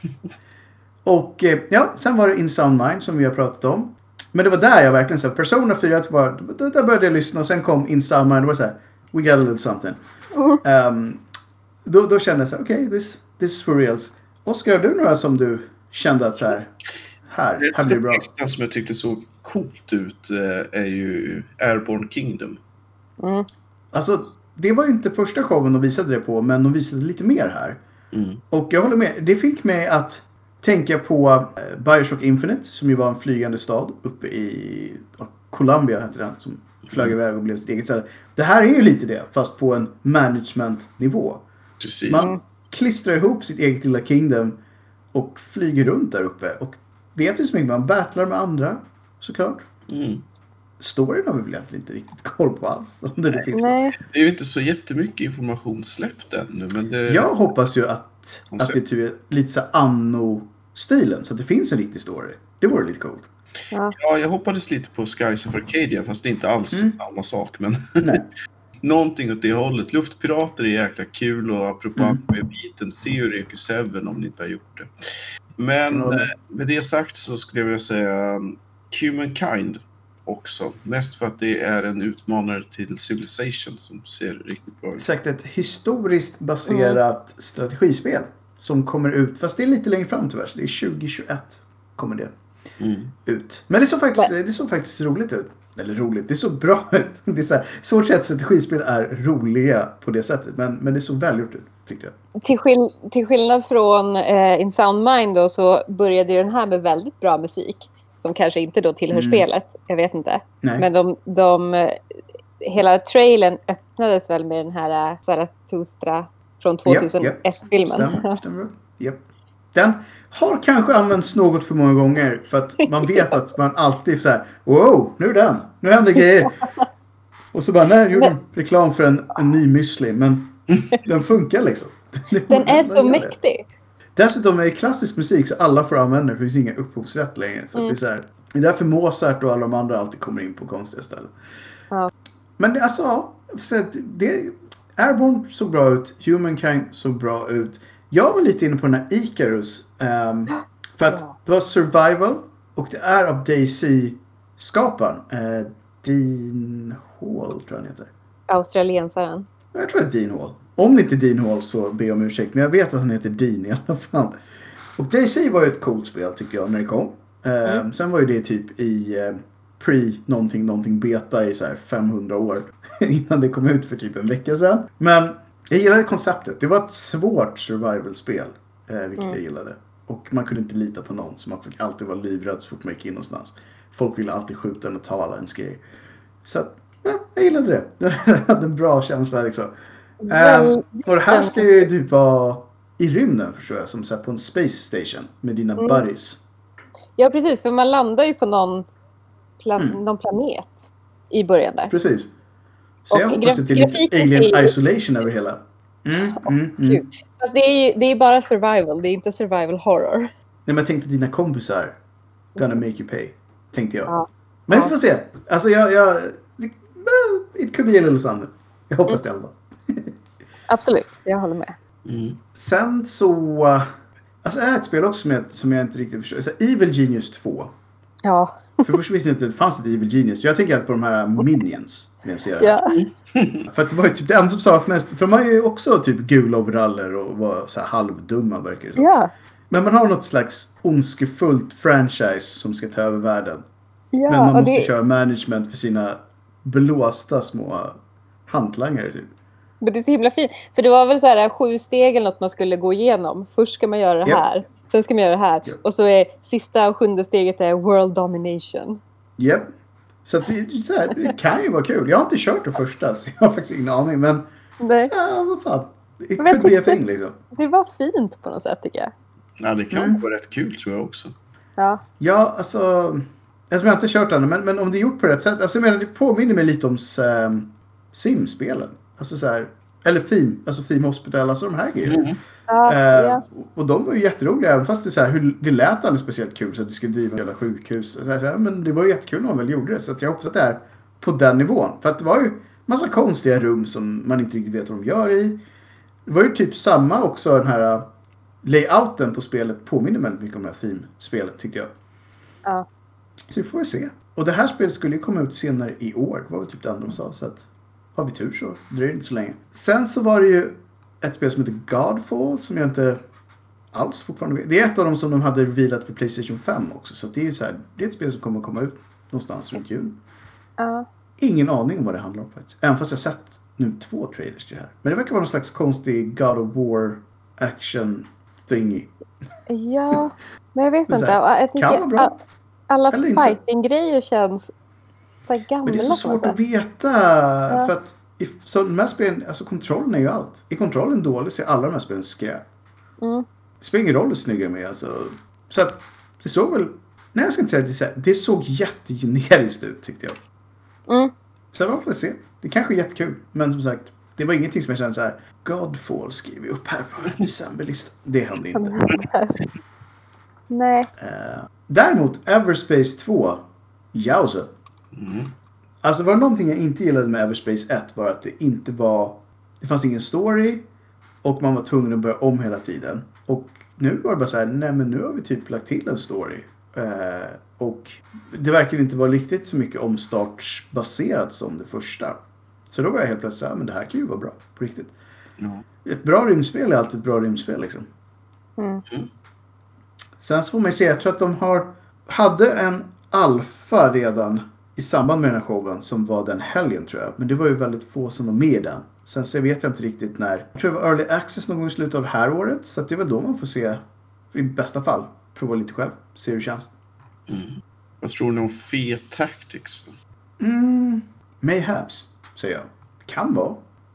Och eh, ja, sen var det In Sound Mind som vi har pratat om. Men det var där jag verkligen sa, Persona fyra, var, där började jag lyssna och sen kom In Sound Mind och var så här, we got a little something. Um, då, då kände jag så här, okej, okay, this, this is for reals. Oskar, har du några som du kände att så här, här, Det här blir det bra. nästa som jag tyckte såg coolt ut eh, är ju Airborne Kingdom. Mm. Alltså, det var ju inte första showen de visade det på, men de visade lite mer här. Mm. Och jag håller med, det fick mig att tänka på eh, Bioshock Infinite, som ju var en flygande stad uppe i ja, Columbia heter den, som flög Mm. iväg och blev sitt eget ställe. Det här är ju lite det, fast på en managementnivå. Precis. Man klistrar ihop sitt eget lilla kingdom och flyger runt där uppe. Och vet ju så mycket, man battlar med andra, såklart. Mm. Storyn har vi väl egentligen inte riktigt koll på alls. Om det, det finns Nej. Det är ju inte så jättemycket information släppt ännu, men det... Jag hoppas ju att, Hon att ser- det är lite så här anno-stilen, så att det finns en riktig story. Det vore lite coolt. Ja. Ja, jag hoppades lite på Skies of Arcadia, fast det är inte alls Mm. samma sak. Men Nej. någonting åt det hållet. Luftpirater är jäkla kul, och apropå Mm. med biten, se ju Reku sju om ni inte har gjort det. Men Ja. eh, med det sagt så skulle jag vilja säga um, Humankind också. Mest för att det är en utmanare till Civilization som ser riktigt bra ut. Sagt ett historiskt baserat strategispel som kommer ut, fast det är lite längre fram tyvärr, så det är tjugohundratjugoett kommer det Mm. ut. Men det såg faktiskt, det såg faktiskt roligt ut. Eller roligt, det såg bra ut. Det är så här, svårt sett strategispel är roliga på det sättet, men, men det såg välgjort ut, tyckte jag. Till, skill till skillnad från eh, In Sound Mind då, så började ju den här med väldigt bra musik. Som kanske inte då tillhör Mm. spelet. Jag vet inte. Nej. Men de, de, eh, hela trailern öppnades väl med den här eh, Zarathustra från tvåtusenett-filmen. Stämmer, stämmer bra. Japp. Den har kanske använts något för många gånger, för att man vet att man alltid så här: wow, nu är den, nu händer grejer. Och så bara, nej, gjorde de reklam för en, en ny müsli, men den funkar liksom. Den är så gör det. mäktig. Dessutom är det klassisk musik så alla får använda det, för det finns inga upphovsrätt längre. Så Mm. det är så här, det är därför Mozart och alla de andra alltid kommer in på konstiga ställen. Ja. Men det, alltså, ja, jag får säga att det, Airborne såg bra ut, Humankind såg bra ut. Jag var lite inne på den här Icarus. Um, för att Ja. det var survival, och det är av Daisy-skaparen. Uh, Dean Hall tror jag han heter. Australiensaren. Jag tror att det är Dean Hall. Om det inte är Dean Hall så ber jag om ursäkt. Men jag vet att han heter Dean i alla fall. Och Daisy var ju ett coolt spel tycker jag när det kom. Eh, Mm. Sen var ju det typ i eh, pre någonting, någonting beta i så här femhundra år. Innan det kom ut för typ en vecka sedan. Men jag gillade konceptet. Det var ett svårt survival-spel. Eh, vilket Mm. jag gillade. Och man kunde inte lita på någon. Så man fick alltid vara livrädd så fort man gick in någonstans. Folk ville alltid skjuta en och ta alla ens grejer. Så att, ja, jag gillade det. Det hade en bra känsla liksom. Um, Väl- och det här ska ju typ vara i rymden förstår jag. Som så här på en space station. Med dina Mm. buddies. Ja, precis. För man landar ju på någon, plan Mm. någon planet i början där. Precis. Så Och jag hoppas graf- att det är lite grafiken alien är ju- isolation över hela. Mm, mm, mm. Kul. Fast det är ju det är bara survival. Det är inte survival horror. Nej, men jag tänkte dina kompisar. Gonna make you pay. Tänkte jag. Ja. Men Ja. vi får se. Alltså jag... jag it could be a little something. Jag hoppas det i alla fall. Absolut, jag håller med. Mm. Sen så... Alltså är det ett spel också som jag, som jag inte riktigt förstår. Så Evil Genius två. Ja. För först visste jag inte att det fanns ett Evil Genius. Jag tänker alltid på de här Minions. När jag ser det. ja. För att det var ju typ det enda som saknades. För de har ju också typ gula overaller och var så här halvdumma verkar det som. Ja. Men man har något slags ondskefullt franchise som ska ta över världen. Ja, Men man och måste det, köra management för sina blåsta små hantlangare typ. men det är så himla fint. För det var väl så här sju steg eller något man skulle gå igenom. Först ska man göra det Japp. här. Sen ska man göra det här. Japp. Och så är sista och sjunde steget är world domination. Japp. Så, att det, så här, det kan ju vara kul. Jag har inte kört det första så jag har faktiskt ingen aning. Men Nej. så här, vad fan. It Men jag could be a tyckte- thing liksom. Det var fint på något sätt tycker jag. Ja, det kan Mm. vara rätt kul tror jag också. Ja. Ja, alltså... Alltså jag har inte kört den, men, men om det är gjort på rätt sätt. Alltså jag menar, det påminner mig lite om um, Sim-spelen. Alltså så här... Eller Theme, alltså Theme Hospital, alltså de här grejerna. Mm. Ja, Eh, ja. Och de var ju jätteroliga, även fast det, är så här, hur, det lät aldrig speciellt kul så att du ska driva hela sjukhus. Så här, så här, men det var ju jättekul när man väl gjorde det. Så att jag hoppas att det är på den nivån. För att det var ju massa konstiga rum som man inte riktigt vet vad de gör i. Det var ju typ samma också, den här layouten på spelet påminner väldigt mycket om det här Theme-spelet tyckte jag. Ja. Så vi får väl se. Och det här spelet skulle ju komma ut senare i år. Det var väl typ det enda de sa. Så att har vi tur så dröjer det inte så länge. Sen så var det ju ett spel som heter Godfall som jag inte alls fortfarande. Det är ett av dem som de hade vilat för PlayStation fem också. Så det är ju så här, det är ett spel som kommer att komma ut någonstans runt jul. Ja. Ingen aning om vad det handlar om faktiskt. Även fast jag sett nu två trailers till det här. Men det verkar vara någon slags konstig God of War action thingy. Ja, men jag vet Det är inte. så här, Jag tycker kan vara bra. all- alla Eller inte. fighting-grejer känns så här gamla. Men det är så på något svårt sätt. att veta. Ja. För att i, så de här spelen, alltså kontrollen är ju allt. Är kontrollen dålig så är alla de här spelen skräp. Mm. Det spelar ingen roll hur snygga de är. Alltså. Så att det såg väl... Nej, jag ska inte säga att det, så här, det såg jättegeneriskt ut tyckte jag. Mm. Så man får se. Det kanske är jättekul. Men som sagt, det var ingenting som jag kände så här. Godfall skriver vi upp här på decemberlistan. Det hände inte. Nej. Uh, däremot, Everspace två. Jausa. Mm. Alltså var det någonting jag inte gillade med Everspace ett var att det inte var... Det fanns ingen story. Och man var tvungen att börja om hela tiden. Och nu var det bara så här, nej men nu har vi typ lagt till en story. Uh, och det verkar inte vara riktigt så mycket omstartsbaserat som det första. Så då var jag helt plötsligt så här, men det här kan ju vara bra på riktigt. Ja. Ett bra rymdspel är alltid ett bra rymdspel liksom. Mm. Sen så får man ju se, jag tror att de har hade en alfa redan i samband med den här showen som var den helgen tror jag. Men det var ju väldigt få som var med i den. Sen så vet jag inte riktigt när. Jag tror det var early access någon gång i slutet av det här året. Så att det var då man får se, i bästa fall, prova lite själv. Se hur det känns. Mm. Vad tror ni om Fear Tactics? Mm, mayhaps, säger jag. Kan vara.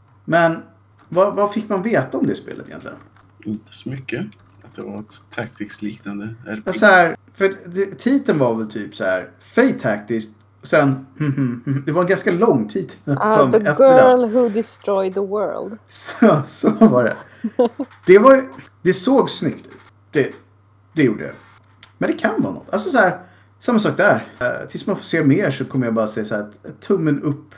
Men vad, vad fick man veta om det spelet egentligen? Inte så mycket. Att det var ett Tactics-liknande R P G. Så här, för det, titeln var väl typ så här Fate Tactics. Sen, det var en ganska lång tid. Ah, the girl who destroyed the world. Så, så var det. Det var ju, det såg snyggt ut. Det, det gjorde det. Men det kan vara något. Alltså så här, samma sak där. Uh, tills man får se mer så kommer jag bara säga så här, ett, ett tummen upp.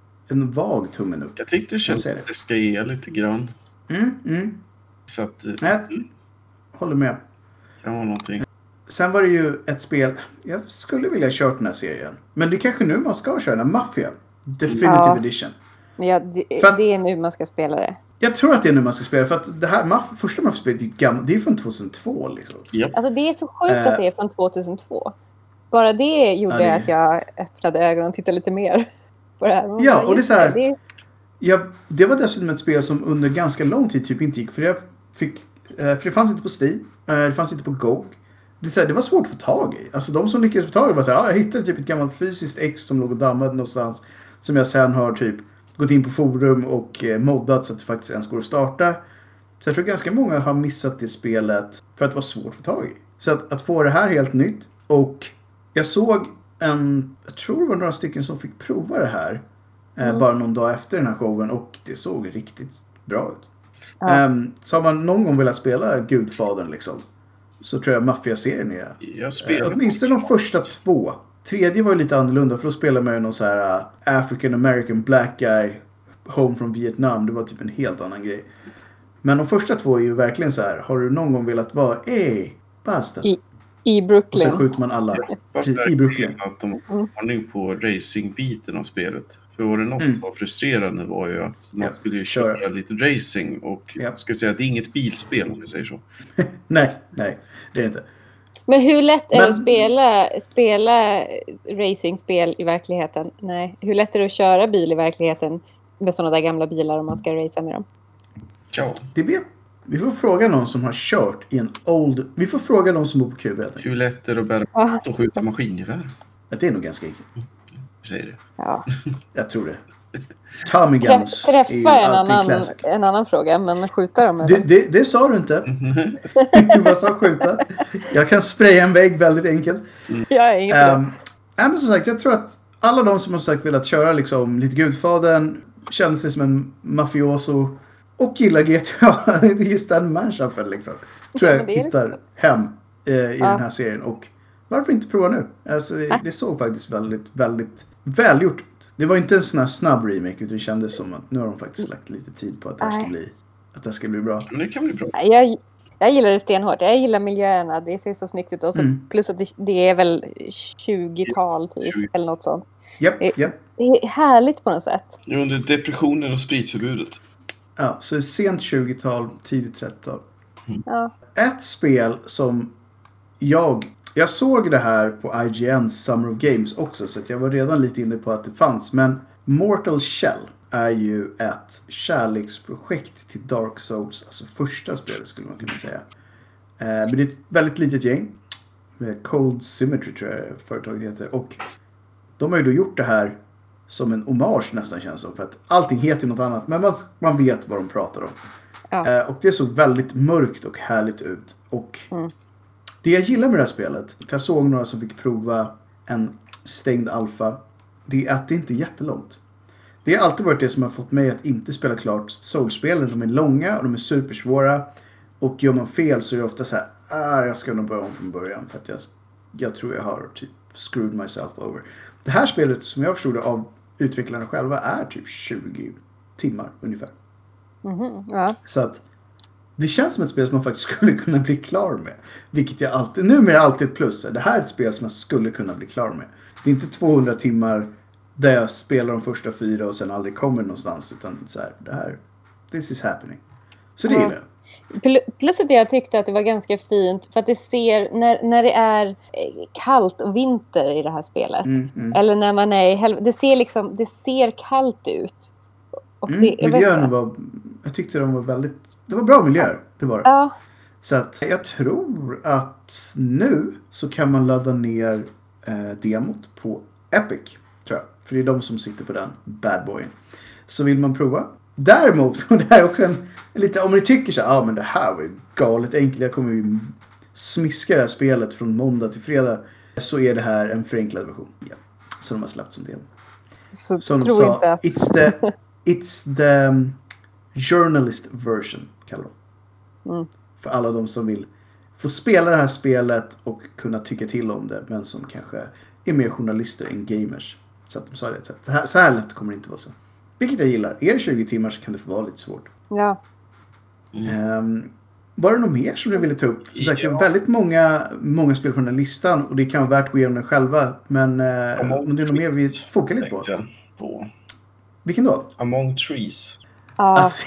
En vag tummen upp. Jag tyckte det känns Jag att det ska ge lite grann. Mm, mm. Så att eh, Jag håller med. kan vara någonting. Sen var det ju ett spel. Jag skulle vilja köra den här serien. Men det är kanske nu man ska köra den. Mafia. Definitive Ja. Edition. Men ja, det, För att- det är nu man ska spela det. Jag tror att det är nu man ska spela. För att det här Maf- första Mafia-spelet är ju gammalt. Det är från tjugohundratvå liksom. Japp. Alltså det är så sjukt Eh. att det är från tvåtusentvå. Bara det gjorde Ja, det- att jag öppnade ögonen och tittade lite mer på det här. Men Ja, bara, och det är just så här- det, Ja, det var dessutom ett spel som under ganska lång tid typ inte gick. För, jag fick, eh, för det fanns inte på Steam. eh, Det fanns inte på G O G. Det, är så här, det var svårt att få tag i. Alltså de som lyckades få tag i var så här, ja, jag hittade typ ett gammalt fysiskt ex som låg och dammade någonstans. Som jag sen har typ gått in på forum och eh, moddat så att det faktiskt ens går att starta. Så jag tror ganska många har missat det spelet för att det var svårt att få tag i. Så att, att få det här helt nytt. Och jag såg en, jag tror det var några stycken som fick prova det här. Eh, Mm. bara någon dag efter den här showen. Och det såg riktigt bra ut. Ja. Ehm, så har man någon gång velat spela Gudfadern liksom. Så tror jag Mafia-serien är. Jag Eh, spelar åtminstone de första två. Tredje var ju lite annorlunda för då spelar man ju någon så här uh, African American black guy home from Vietnam. Det var typ en helt annan grej. Men de första två är ju verkligen så här. Har du någon gång velat vara ey, basta. I, I Och Brooklyn. sen skjuter man alla hoppas i, i verkligen Brooklyn. att de har ordning på racing-biten av spelet. För var det något Mm. som var frustrerande var ju att man Ja, skulle ju köra. köra lite racing. Och Ja. jag ska säga att det är inget bilspel om vi säger så. Nej, nej. Det är det inte. Men hur lätt är Men- det att spela, spela racingspel i verkligheten? Nej. Hur lätt är det att köra bil i verkligheten med sådana där gamla bilar om man ska racea med dem? Ja, Det vet. Vi får fråga någon som har kört i en old... Vi får fråga någon som bor på Q B. helt enkelt. hur lätt är det att bära Ja. och skjuta maskingevär? Att det är nog ganska enkelt. Vi säger det. Ja. Jag tror det. Tommy Trä, Guns är ju träffa är en alltid annan, classic. en annan fråga, men skjuta dem med Det, dem. det, det sa du inte. Du bara sa skjuta. Jag kan spraya en vägg väldigt enkelt. Jag är inget problem. Um, nej, men som sagt, jag tror att alla de som har sagt velat köra liksom, lite Gudfadern, känner sig som en mafioso och gillar G T A. Det är just den mashupen liksom. Tror Ja, jag men det är hittar liksom- hem eh, i Ja. den här serien. Och varför inte prova nu? Alltså, det, Nej. det såg faktiskt väldigt, väldigt välgjort ut. Det var inte en sån här snabb remake utan det kändes som att nu har de faktiskt lagt lite tid på att det här ska Nej. bli, att det här ska bli bra. Men det kan bli bra. Nej, Jag, jag gillar det stenhårt. Jag gillar miljöerna. Det ser så snyggt ut. Och så Mm. plus att det, det är väl tjugotal typ. tjugo. Eller något sånt. Japp, Eh. japp. Det är härligt på något sätt. Jo, under depressionen och spritförbudet. Ja, så sent tjugotal, tidigt trettiotal. Ja. Ett spel som jag... Jag såg det här på I G N's Summer of Games också, så att jag var redan lite inne på att det fanns. Men Mortal Shell är ju ett kärleksprojekt till Dark Souls, alltså första spelet skulle man kunna säga. Eh, men det är ett väldigt litet gäng. Cold Symmetry tror jag företaget heter. Och de har ju då gjort det här som en hommage nästan, känns som. För att allting heter något annat, men man, man vet vad de pratar om. Ja. Eh, och det såg väldigt mörkt och härligt ut. Och Mm. det jag gillar med det här spelet, för jag såg några som fick prova en stängd alfa, det är att det inte är jättelångt. Det har alltid varit det som har fått mig att inte spela klart Souls-spelen. De är långa och de är supersvåra. Och gör man fel så är det ofta så här, ah, jag ska nog börja om från början för att jag, jag tror jag har typ screwed myself over. Det här spelet, som jag förstod det av utvecklarna själva, är typ tjugo timmar ungefär. Mhm, ja. Så att det känns som ett spel som man faktiskt skulle kunna bli klar med. Vilket jag alltid, numera är alltid ett plus. Det här är ett spel som jag skulle kunna bli klar med. Det är inte tvåhundra timmar där jag spelar de första fyra och sen aldrig kommer någonstans. Utan så här, det här, this is happening. Så det Ja. gillar jag. Pl- Plus att jag tyckte att det var ganska fint för att det ser, när, när det är eh, kallt och vinter i det här spelet. Mm, mm. Eller när man är i hel- det ser liksom, det ser kallt ut. Och Mm, det, jag vet miljön inte. var, jag tyckte de var väldigt, det var bra miljöer. Det var det. Ja, Så att jag tror att nu så kan man ladda ner eh, demot på Epic, tror jag. För det är de som sitter på den bad boyen. Så vill man prova. Däremot, och det här är också en, en lite, om ni tycker så här, ja ah, men det här var ju galet enkelt, jag kommer ju smiska det här spelet från måndag till fredag. Så är det här en förenklad version. Ja. Så de har släppt som demo. så Som de tror sa, inte att... it's the, it's the um, journalist version, kallar de. Mm. För alla de som vill få spela det här spelet och kunna tycka till om det, men som kanske är mer journalister än gamers. Så att de sa det. Så, det här, så här lätt kommer det inte vara så. Vilket jag gillar. Är det tjugo timmar så kan det få vara lite svårt. Ja. Mm. Um, var det något mer som du ville ta upp? Som sagt, Ja. det är väldigt många, många spel på den här listan och det kan vara värt att gå igenom den själva. Men uh, Among om det är något mer vi Trees fokar lite på. tänkte jag på. Vilken då? Among Trees. Ja, Alltså,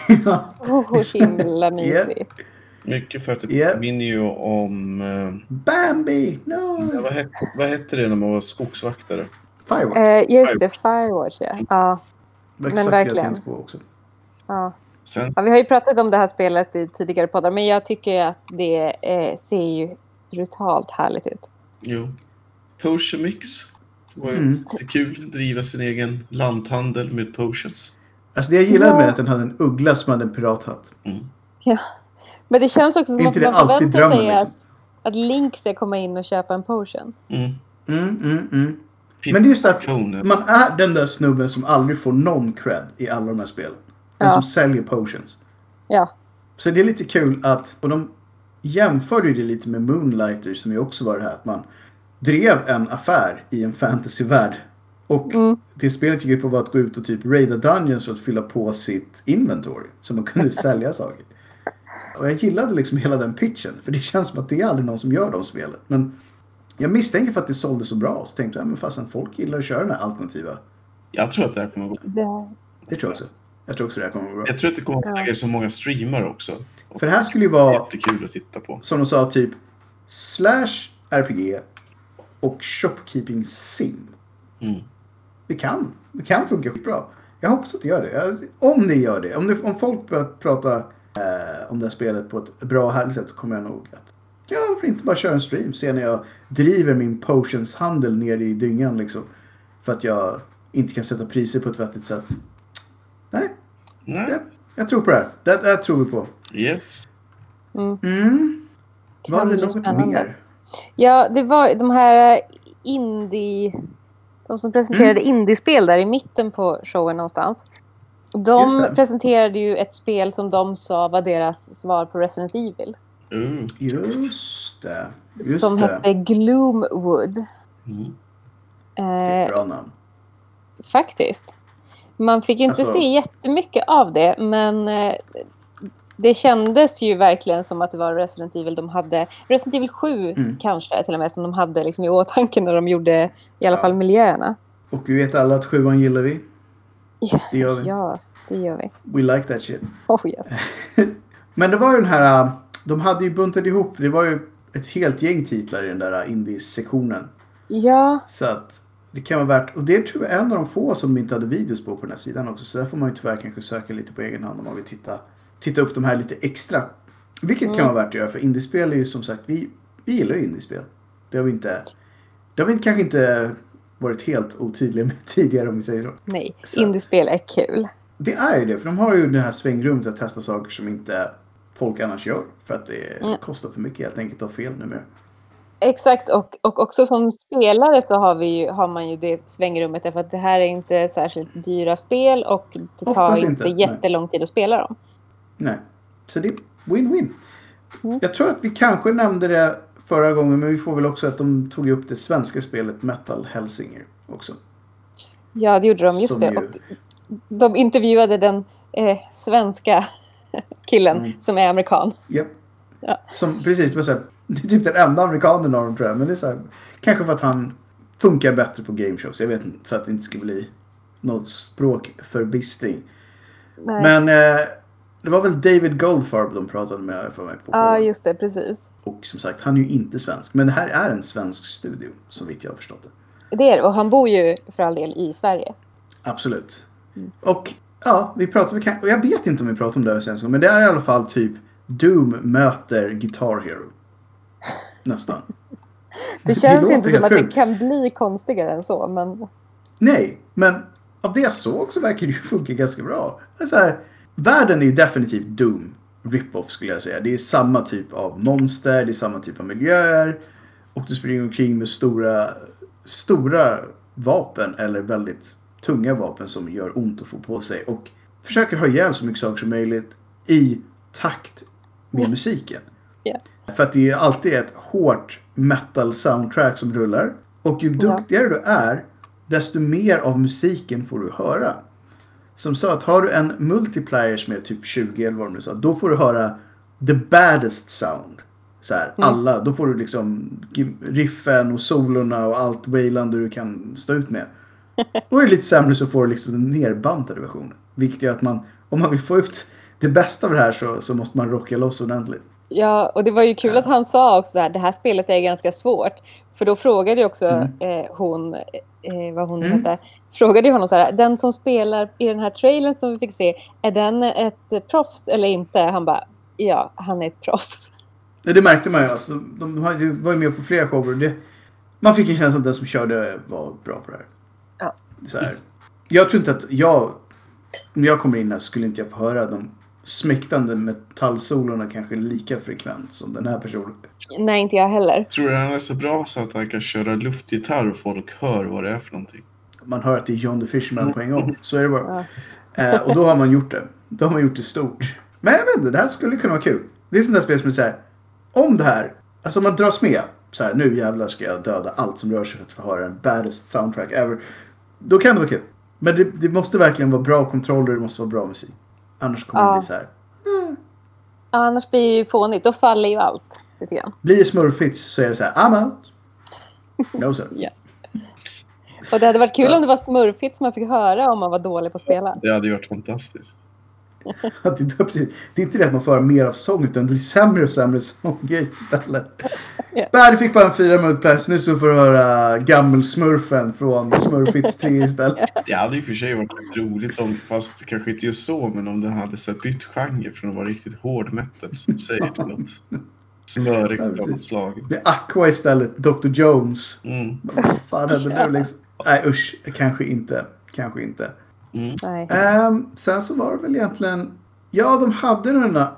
ja. så himla mysig. Mycket för att det Yeah. påminner ju om... Eh, Bambi! No! ja, vad, hette, vad hette det när man var skogsvaktare? Firewatch. Eh, just det, Firewatch, ja. Ja, Det var men exakt det jag verkligen. tänkte på också. ja. Sen, Ja, vi har ju pratat om det här spelet i tidigare poddar, men jag tycker att det eh, ser ju brutalt härligt ut. jo. Potion Mix. Det var ju Mm. lite kul att driva sin egen lanthandel med potions. Alltså det jag gillade Ja. med att den hade en uggla som hade en pirathatt. Mm. Ja. Men det känns också Är som inte att det man alltid förväntar sig drömmen, liksom? att, att Link ska komma in och köpa en potion. Mm. Mm, mm, mm. Men det är just att Potion. man är den där snubben som aldrig får någon cred i alla de här spelen. Den Ja. som säljer potions. Ja, Så det är lite kul att, och de jämförde ju det lite med Moonlighter som ju också var det här att man drev en affär i en fantasyvärld. Och Mm. det spelet gick ut på var att gå ut och typ raida dungeons för att fylla på sitt inventory. Så man kunde sälja saker. Och jag gillade liksom hela den pitchen. För det känns som att det är aldrig någon som gör de spelen. Men jag misstänker för att det sålde så bra. Så tänkte jag, men fastän folk gillar att köra den här alternativa. Jag tror att det här kommer att gå. det, Det tror jag också. Jag tror också det här kommer att gå bra. Jag tror att det kommer att Ja. lägga så många streamar också. Och För det här skulle ju det är vara, jättekul att titta på. som de sa, typ slash R P G och shopkeeping sim. Mm. Det kan. Det kan funka bra. Jag hoppas att det gör det. Jag, om det gör det. Om, det, om folk börjar prata eh, om det här spelet på ett bra och härligt sätt så kommer jag nog att ja, varför inte bara köra en stream. Se när jag driver min potionshandel ner i dyngan liksom. För att jag inte kan sätta priser på ett vettigt sätt. Nej, Nej. jag, jag tror på det här. Det, det här tror vi på. Yes. mm. Mm. Kan Var det bli något spännande. mer? Ja, det var de här eh, indie... De som presenterade Mm. indiespel där i mitten på showen någonstans. Just De det. presenterade ju ett spel som de sa var deras svar på Resident Evil. Mm. Just det. Just som det. hette Gloomwood. Mm. Det är ett Eh, bra namn. faktiskt. Man fick ju inte Alltså- se jättemycket av det, men eh, det kändes ju verkligen som att det var Resident Evil de hade. Resident Evil sju Mm. kanske till och med som de hade liksom i åtanke när de gjorde i alla Ja. fall miljöerna. Och vi vet alla att sjuan gillar vi. Det gör vi. Ja, det gör vi. We like that shit. Oh, yes. Men det var ju den här... de hade ju buntat ihop, det var ju ett helt gäng titlar i den där indie-sektionen. Ja. Så att det kan vara värt, och det tror jag är en av de få som inte hade videos på på den här sidan också. Så där får man ju tyvärr kanske söka lite på egen hand om man vill titta, titta upp de här lite extra. Vilket mm. kan vara värt att göra, för indiespel är ju som sagt, vi, vi gillar ju indiespel. Det har vi inte, det har vi kanske inte varit helt otydliga med tidigare om vi säger så. Nej, så. Indiespel är kul. Det är ju det, för de har ju det här svängrummet att testa saker som inte folk annars gör. För att det mm. kostar för mycket helt enkelt att ha fel numera. Exakt, och, och också som spelare så har, vi ju, har man ju det svängrummet därför att det här är inte särskilt dyra spel och det tar Oftast inte jättelång tid att spela dem. Nej, så det är win-win. Mm. Jag tror att vi kanske nämnde det förra gången, men vi får väl också att de tog upp det svenska spelet Metal Hellsinger också. Ja, det gjorde de, just som det. Ju... Och de intervjuade den eh, svenska killen mm. som är amerikan. Yep. Ja. Som, precis, det var så här, det är typ den enda amerikanen av dem tror jag. Men det är så här, kanske för att han funkar bättre på gameshows. Jag vet inte, för att det inte ska bli något språkförbistring. Nej. Men eh, det var väl David Goldfarb de pratade med för mig på. Ja, just det, precis. Och som sagt, han är ju inte svensk. Men det här är en svensk studio, så vitt jag har förstått det. Det är det, och han bor ju för all del i Sverige. Absolut. Mm. Och ja, vi pratar, och jag vet inte om vi pratar om det här senast, men det är i alla fall typ Doom möter Guitar Hero. Nästan. Det känns det inte som att det kan bli konstigare än så, men... Nej, men av det jag såg så verkar det ju funka ganska bra. Så här, världen är ju definitivt Doom rip-off skulle jag säga. Det är samma typ av monster, det är samma typ av miljöer. Och du springer omkring med stora, stora vapen eller väldigt tunga vapen som gör ont att få på sig. Och försöker ha ihjäl så mycket saker som möjligt i takt med musiken. Yeah. För att det är alltid ett hårt metal soundtrack som rullar. Och ju duktigare yeah. du är, desto mer av musiken får du höra. Som sa att har du en multiplayer som är typ tjugo eller vad de nu sa, då får du höra the baddest sound. Så här, mm. alla, då får du liksom riffen och solorna och allt wailande du kan stå ut med. Och är det lite sämre så får du liksom den nerbantade versionen. Vilket är att man, om man vill få ut det bästa av det här så, så måste man rocka loss ordentligt. Ja, och det var ju kul att han sa också att det här spelet är ganska svårt. För då frågade ju också mm. eh, hon, eh, vad hon mm. heter, frågade ju honom så här, den som spelar i den här trailern som vi fick se, är den ett proffs eller inte? Han bara, ja, han är ett proffs. Ja, det märkte man ju. Alltså, de, de var ju med på flera shower. Det, man fick en känsla att den som körde var bra på det här. Ja. Så här. Jag tror inte att jag, om jag kommer in här skulle inte jag få höra de smäktande metallsolorna kanske lika frekvent som den här personen. Nej, inte jag heller. Tror du han är så bra så att han kan köra luftgitarr och folk hör vad det är för någonting? Man hör att det är John the Fisherman på en gång. Så är det bara. Ja. Eh, och då har man gjort det. Då har man gjort det stort. Men jag vet inte, det här skulle kunna vara kul. Det är sånt där spel som är så här, om det här, alltså om man dras med så här, nu jävlar ska jag döda allt som rör sig för att få höra en baddest soundtrack ever. Då kan det vara kul. Men det, det måste verkligen vara bra kontroller, det måste vara bra musik. Annars kommer ja. det bli så här. Mm. Ja, annars blir det ju fånigt. Då faller ju allt lite grann. Blir det smurfits så är det så här, I'm out. No sir. Ja. Och det hade varit kul så. Om det var smurfits som man fick höra om man var dålig på att spela. Det hade ju varit fantastiskt. det, är, det är inte det att man får mer av sång utan det blir sämre och sämre sånger istället. Yeah. Nej, du fick bara en fyra multipass. Nu så får du höra gammelsmurfen från Smurfits tre istället. Det hade ju för sig varit roligt om, fast kanske inte just så, men om den hade sett bytt genre från att vara riktigt hårdmättat som säger till något smörigt av något slag. Det är Aqua istället, doktor Jones. Mm. Vad fan hade ja. det liksom? Nej usch, kanske inte. Kanske inte. Mm. Um, sen så var det väl egentligen, ja de hade den där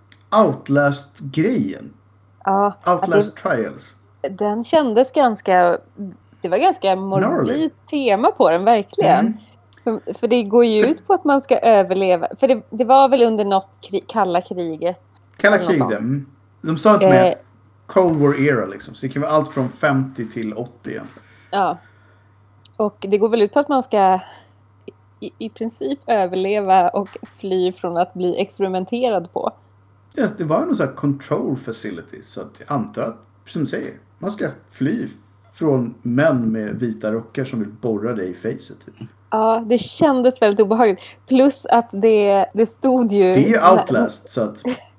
Outlast-grejen. Ja, Outlast det, Trials. Den kändes ganska, det var ganska morbid tema på den, verkligen. Mm. För, för det går ju för, ut på att man ska överleva. För det, det var väl under något kri, kalla kriget. Kalla kriget, mm. De sa inte med eh, Cold War era liksom. Så det kan vara allt från femtio till åttio egentligen. Ja. Och det går väl ut på att man ska i, i princip överleva och fly från att bli experimenterad på. Ja, det var någon sån här control facility. Så att jag antar att, som du säger, man ska fly från män med vita rockar som vill borra dig i facet. Typ. Ja, det kändes väldigt obehagligt. Plus att det, det stod ju... Det är ju Outlast, så att...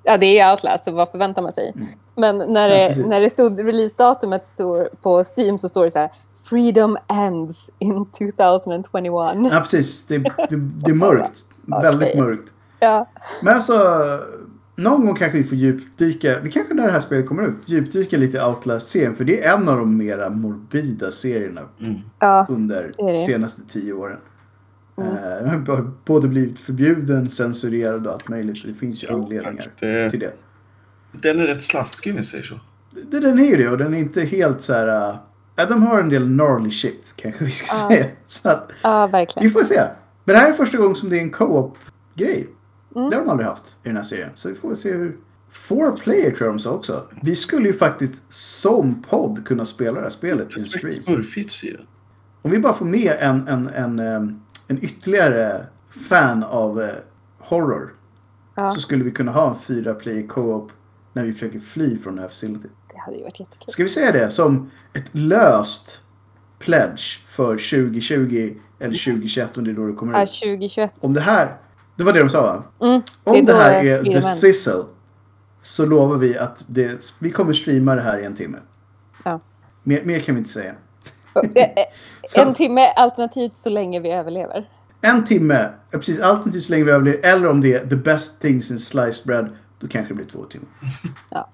Ja, det är Outlast, så vad förväntar man sig? Mm. Men när det, ja, när det stod releasedatumet står på Steam så står det så här: Freedom ends in tjugo tjugoett. Ja, precis. Det, det, det är mörkt. Okay. Väldigt mörkt. Ja. Men alltså, någon gång kanske vi får djupdyka. Vi kanske när det här spelet kommer ut djupdyka lite i Outlast-serien. För det är en av de mera morbida serierna mm. under de senaste tio åren. Mm. Uh, både blivit förbjuden, censurerad och allt möjligt. Det finns ju jo, anledningar det, till det. Den är rätt slaskig, ni säger så. Det, den är ju det, och den är inte helt så här... Uh, ja, de har en del gnarly shit, kanske vi ska ja. säga. Så att, ja, verkligen. Vi får se. Men det här är första gången som det är en co-op-grej. Mm. Det har de aldrig haft i den här serien. Så vi får se hur... Four player tror jag de sa också. Vi skulle ju faktiskt som podd kunna spela det här spelet i en stream. Smurfigt, ja. Om vi bara får med en... en, en, en en ytterligare fan av eh, horror ja. Så skulle vi kunna ha en fyra player co-op när vi försöker fly från det här facility. Det hade ju varit jättekul. Ska vi säga det som ett löst pledge för tjugo tjugo eller tjugo tjugoett om det är då det kommer ut? Ja, tjugo tjugoett. Om det här, det var det de sa va? Mm, det om det här är the sizzle så lovar vi att det, vi kommer streama det här i en timme. Ja. Mer, mer kan vi inte säga. En timme alternativt så länge vi överlever. En timme, precis, alternativt så länge vi överlever. Eller om det är the best things in sliced bread, då kanske det blir två timmar. Ja.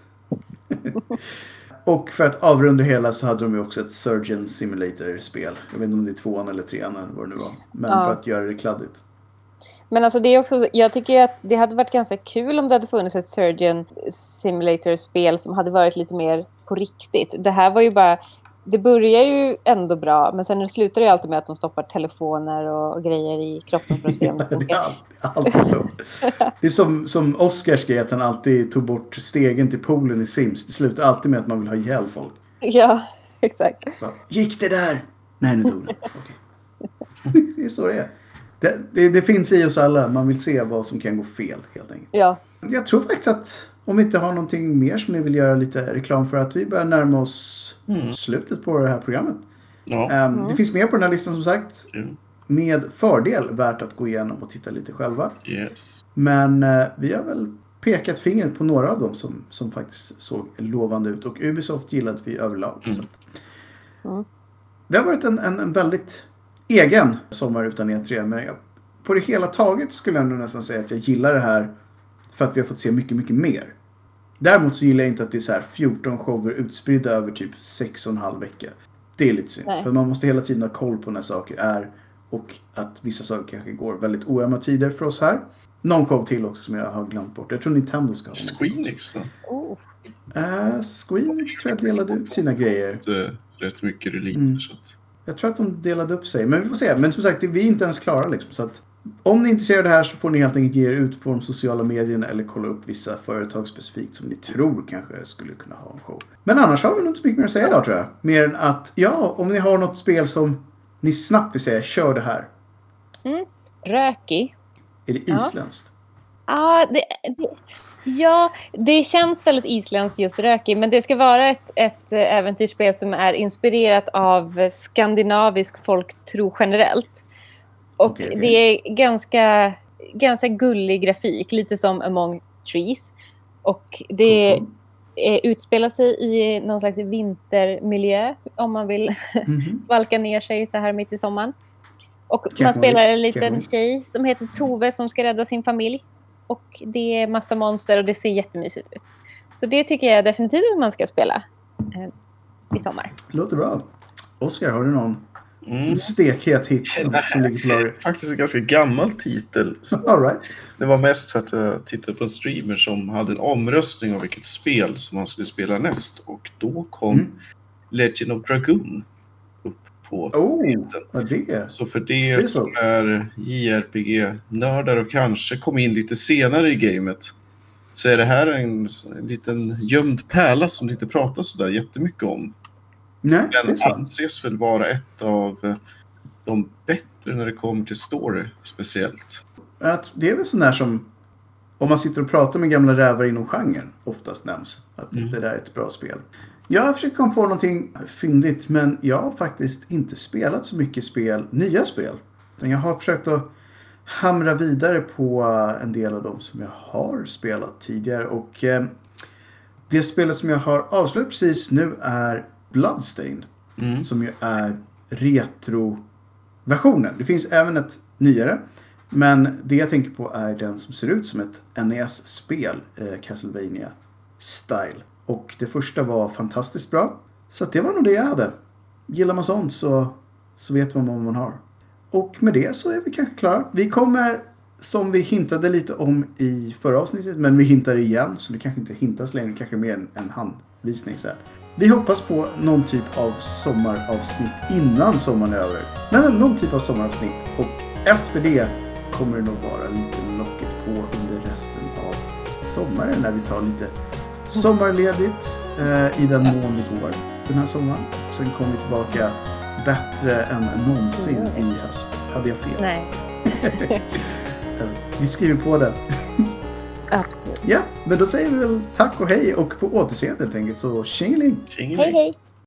Och för att avrunda hela så hade de ju också ett Surgeon Simulator-spel. Jag vet inte om det är tvåan eller trean eller vad det nu var. Men ja. För att göra det kladdigt. Men alltså det är också, jag tycker att det hade varit ganska kul om det hade funnits ett Surgeon Simulator-spel som hade varit lite mer på riktigt. Det här var ju bara... Det börjar ju ändå bra, men sen slutar det ju alltid med att de stoppar telefoner och grejer i kroppen för att se om det funkar. Det är alltid så. Det är som, som Oscar skrev att han alltid tog bort stegen till poolen i Sims. Det slutar alltid med att man vill ha ihjäl folk. Ja, exakt. Bara, gick det där? Nej, nu dog det. Okay. Det är så det är. Det, det, det finns i oss alla. Man vill se vad som kan gå fel, helt enkelt. Ja. Jag tror faktiskt att om vi inte har någonting mer som ni vill göra lite reklam för, att vi börjar närma oss mm. slutet på det här programmet. Ja. Um, mm. Det finns mer på den här listan som sagt. Mm. Med fördel värt att gå igenom och titta lite själva. Yes. Men uh, vi har väl pekat fingret på några av dem som, som faktiskt såg lovande ut. Och Ubisoft gillade vi överlag. Mm. Så att, mm. det har varit en, en, en väldigt egen sommar utan E tre. Men jag, på det hela taget skulle jag nog nästan säga att jag gillar det här. För att vi har fått se mycket, mycket mer. Däremot så gillar jag inte att det är så här fjorton shower utspridda över typ sex och en halv vecka. Det är lite synd. Nej. För man måste hela tiden ha koll på när saker är. Och att vissa saker kanske går väldigt oömma tider för oss här. Någon show till också som jag har glömt bort. Jag tror Nintendo ska ha. Squeenix då? Oh. Uh, Squeenix tror jag delade ut sina grejer. Det rätt mycket releaser mm. så att... Jag tror att de delade upp sig. Men vi får se. Men som sagt, vi är inte ens klara liksom. Så att om ni är intresserade av det här så får ni helt enkelt ge er ut på de sociala medierna eller kolla upp vissa företag specifikt som ni tror kanske skulle kunna ha en show. Men annars har vi nog inte så mycket mer att säga idag tror jag. Mer än att, ja, om ni har något spel som ni snabbt vill säga, kör det här. Mm. Röki. Är det isländskt? Ja, ah, det, det, ja, det känns väldigt isländskt just Röki. Men det ska vara ett, ett äventyrsspel som är inspirerat av skandinavisk folktro generellt. Och okay, okay. Det är ganska, ganska gullig grafik. Lite som Among Trees. Och det cool. är, utspelar sig i någon slags vintermiljö. Om man vill mm-hmm. svalka ner sig så här mitt i sommaren. Och Can't man spelar en liten Can't tjej som heter Tove som ska rädda sin familj. Och det är massa monster och det ser jättemysigt ut. Så det tycker jag definitivt att man ska spela eh, i sommar. Låter bra. Oskar, har du någon mm. stekhet hit som, som ligger på lager? Faktiskt en ganska gammal titel. All right. Det var mest för att jag tittade på en streamer som hade en omröstning av vilket spel som man skulle spela näst. Och då kom mm. Legend of Dragoon upp på oh, vad det? Så för det som är J R P G-nördar och kanske kom in lite senare i gamet, så är det här en, en liten gömd pärla som det inte pratas så där jättemycket om. Nej, den anses väl vara ett av de bättre när det kommer till story speciellt. Att det är väl sån där som om man sitter och pratar med gamla rävar inom genren oftast nämns att mm. det där är ett bra spel. Jag har försökt komma på någonting fyndigt, men jag har faktiskt inte spelat så mycket spel, nya spel. Jag har försökt att hamra vidare på en del av dem som jag har spelat tidigare. Och eh, det spelet som jag har avslutat precis nu är Bloodstained. Mm. Som ju är retro-versionen. Det finns även ett nyare. Men det jag tänker på är den som ser ut som ett N E S-spel. Eh, Castlevania Style. Och det första var fantastiskt bra. Så att det var nog det jag hade. Gillar man sånt så, så vet man vad man har. Och med det så är vi kanske klara. Vi kommer, som vi hintade lite om i förra avsnittet, men vi hintar igen. Så det kanske inte hintas längre, kanske mer en, en handvisning. Så här. Vi hoppas på någon typ av sommaravsnitt innan sommaren är över. Men någon typ av sommaravsnitt. Och efter det kommer det nog vara lite locket på under resten av sommaren. När vi tar lite sommarledigt eh, i den mån det går den här sommaren. Sen kommer vi tillbaka bättre än någonsin i höst. Hade jag fel? Nej. Vi skriver på det. Absolut. Ja, men då säger vi väl tack och hej och på återseende helt enkelt. Så tjingeling! Tjingeling. Hej hej!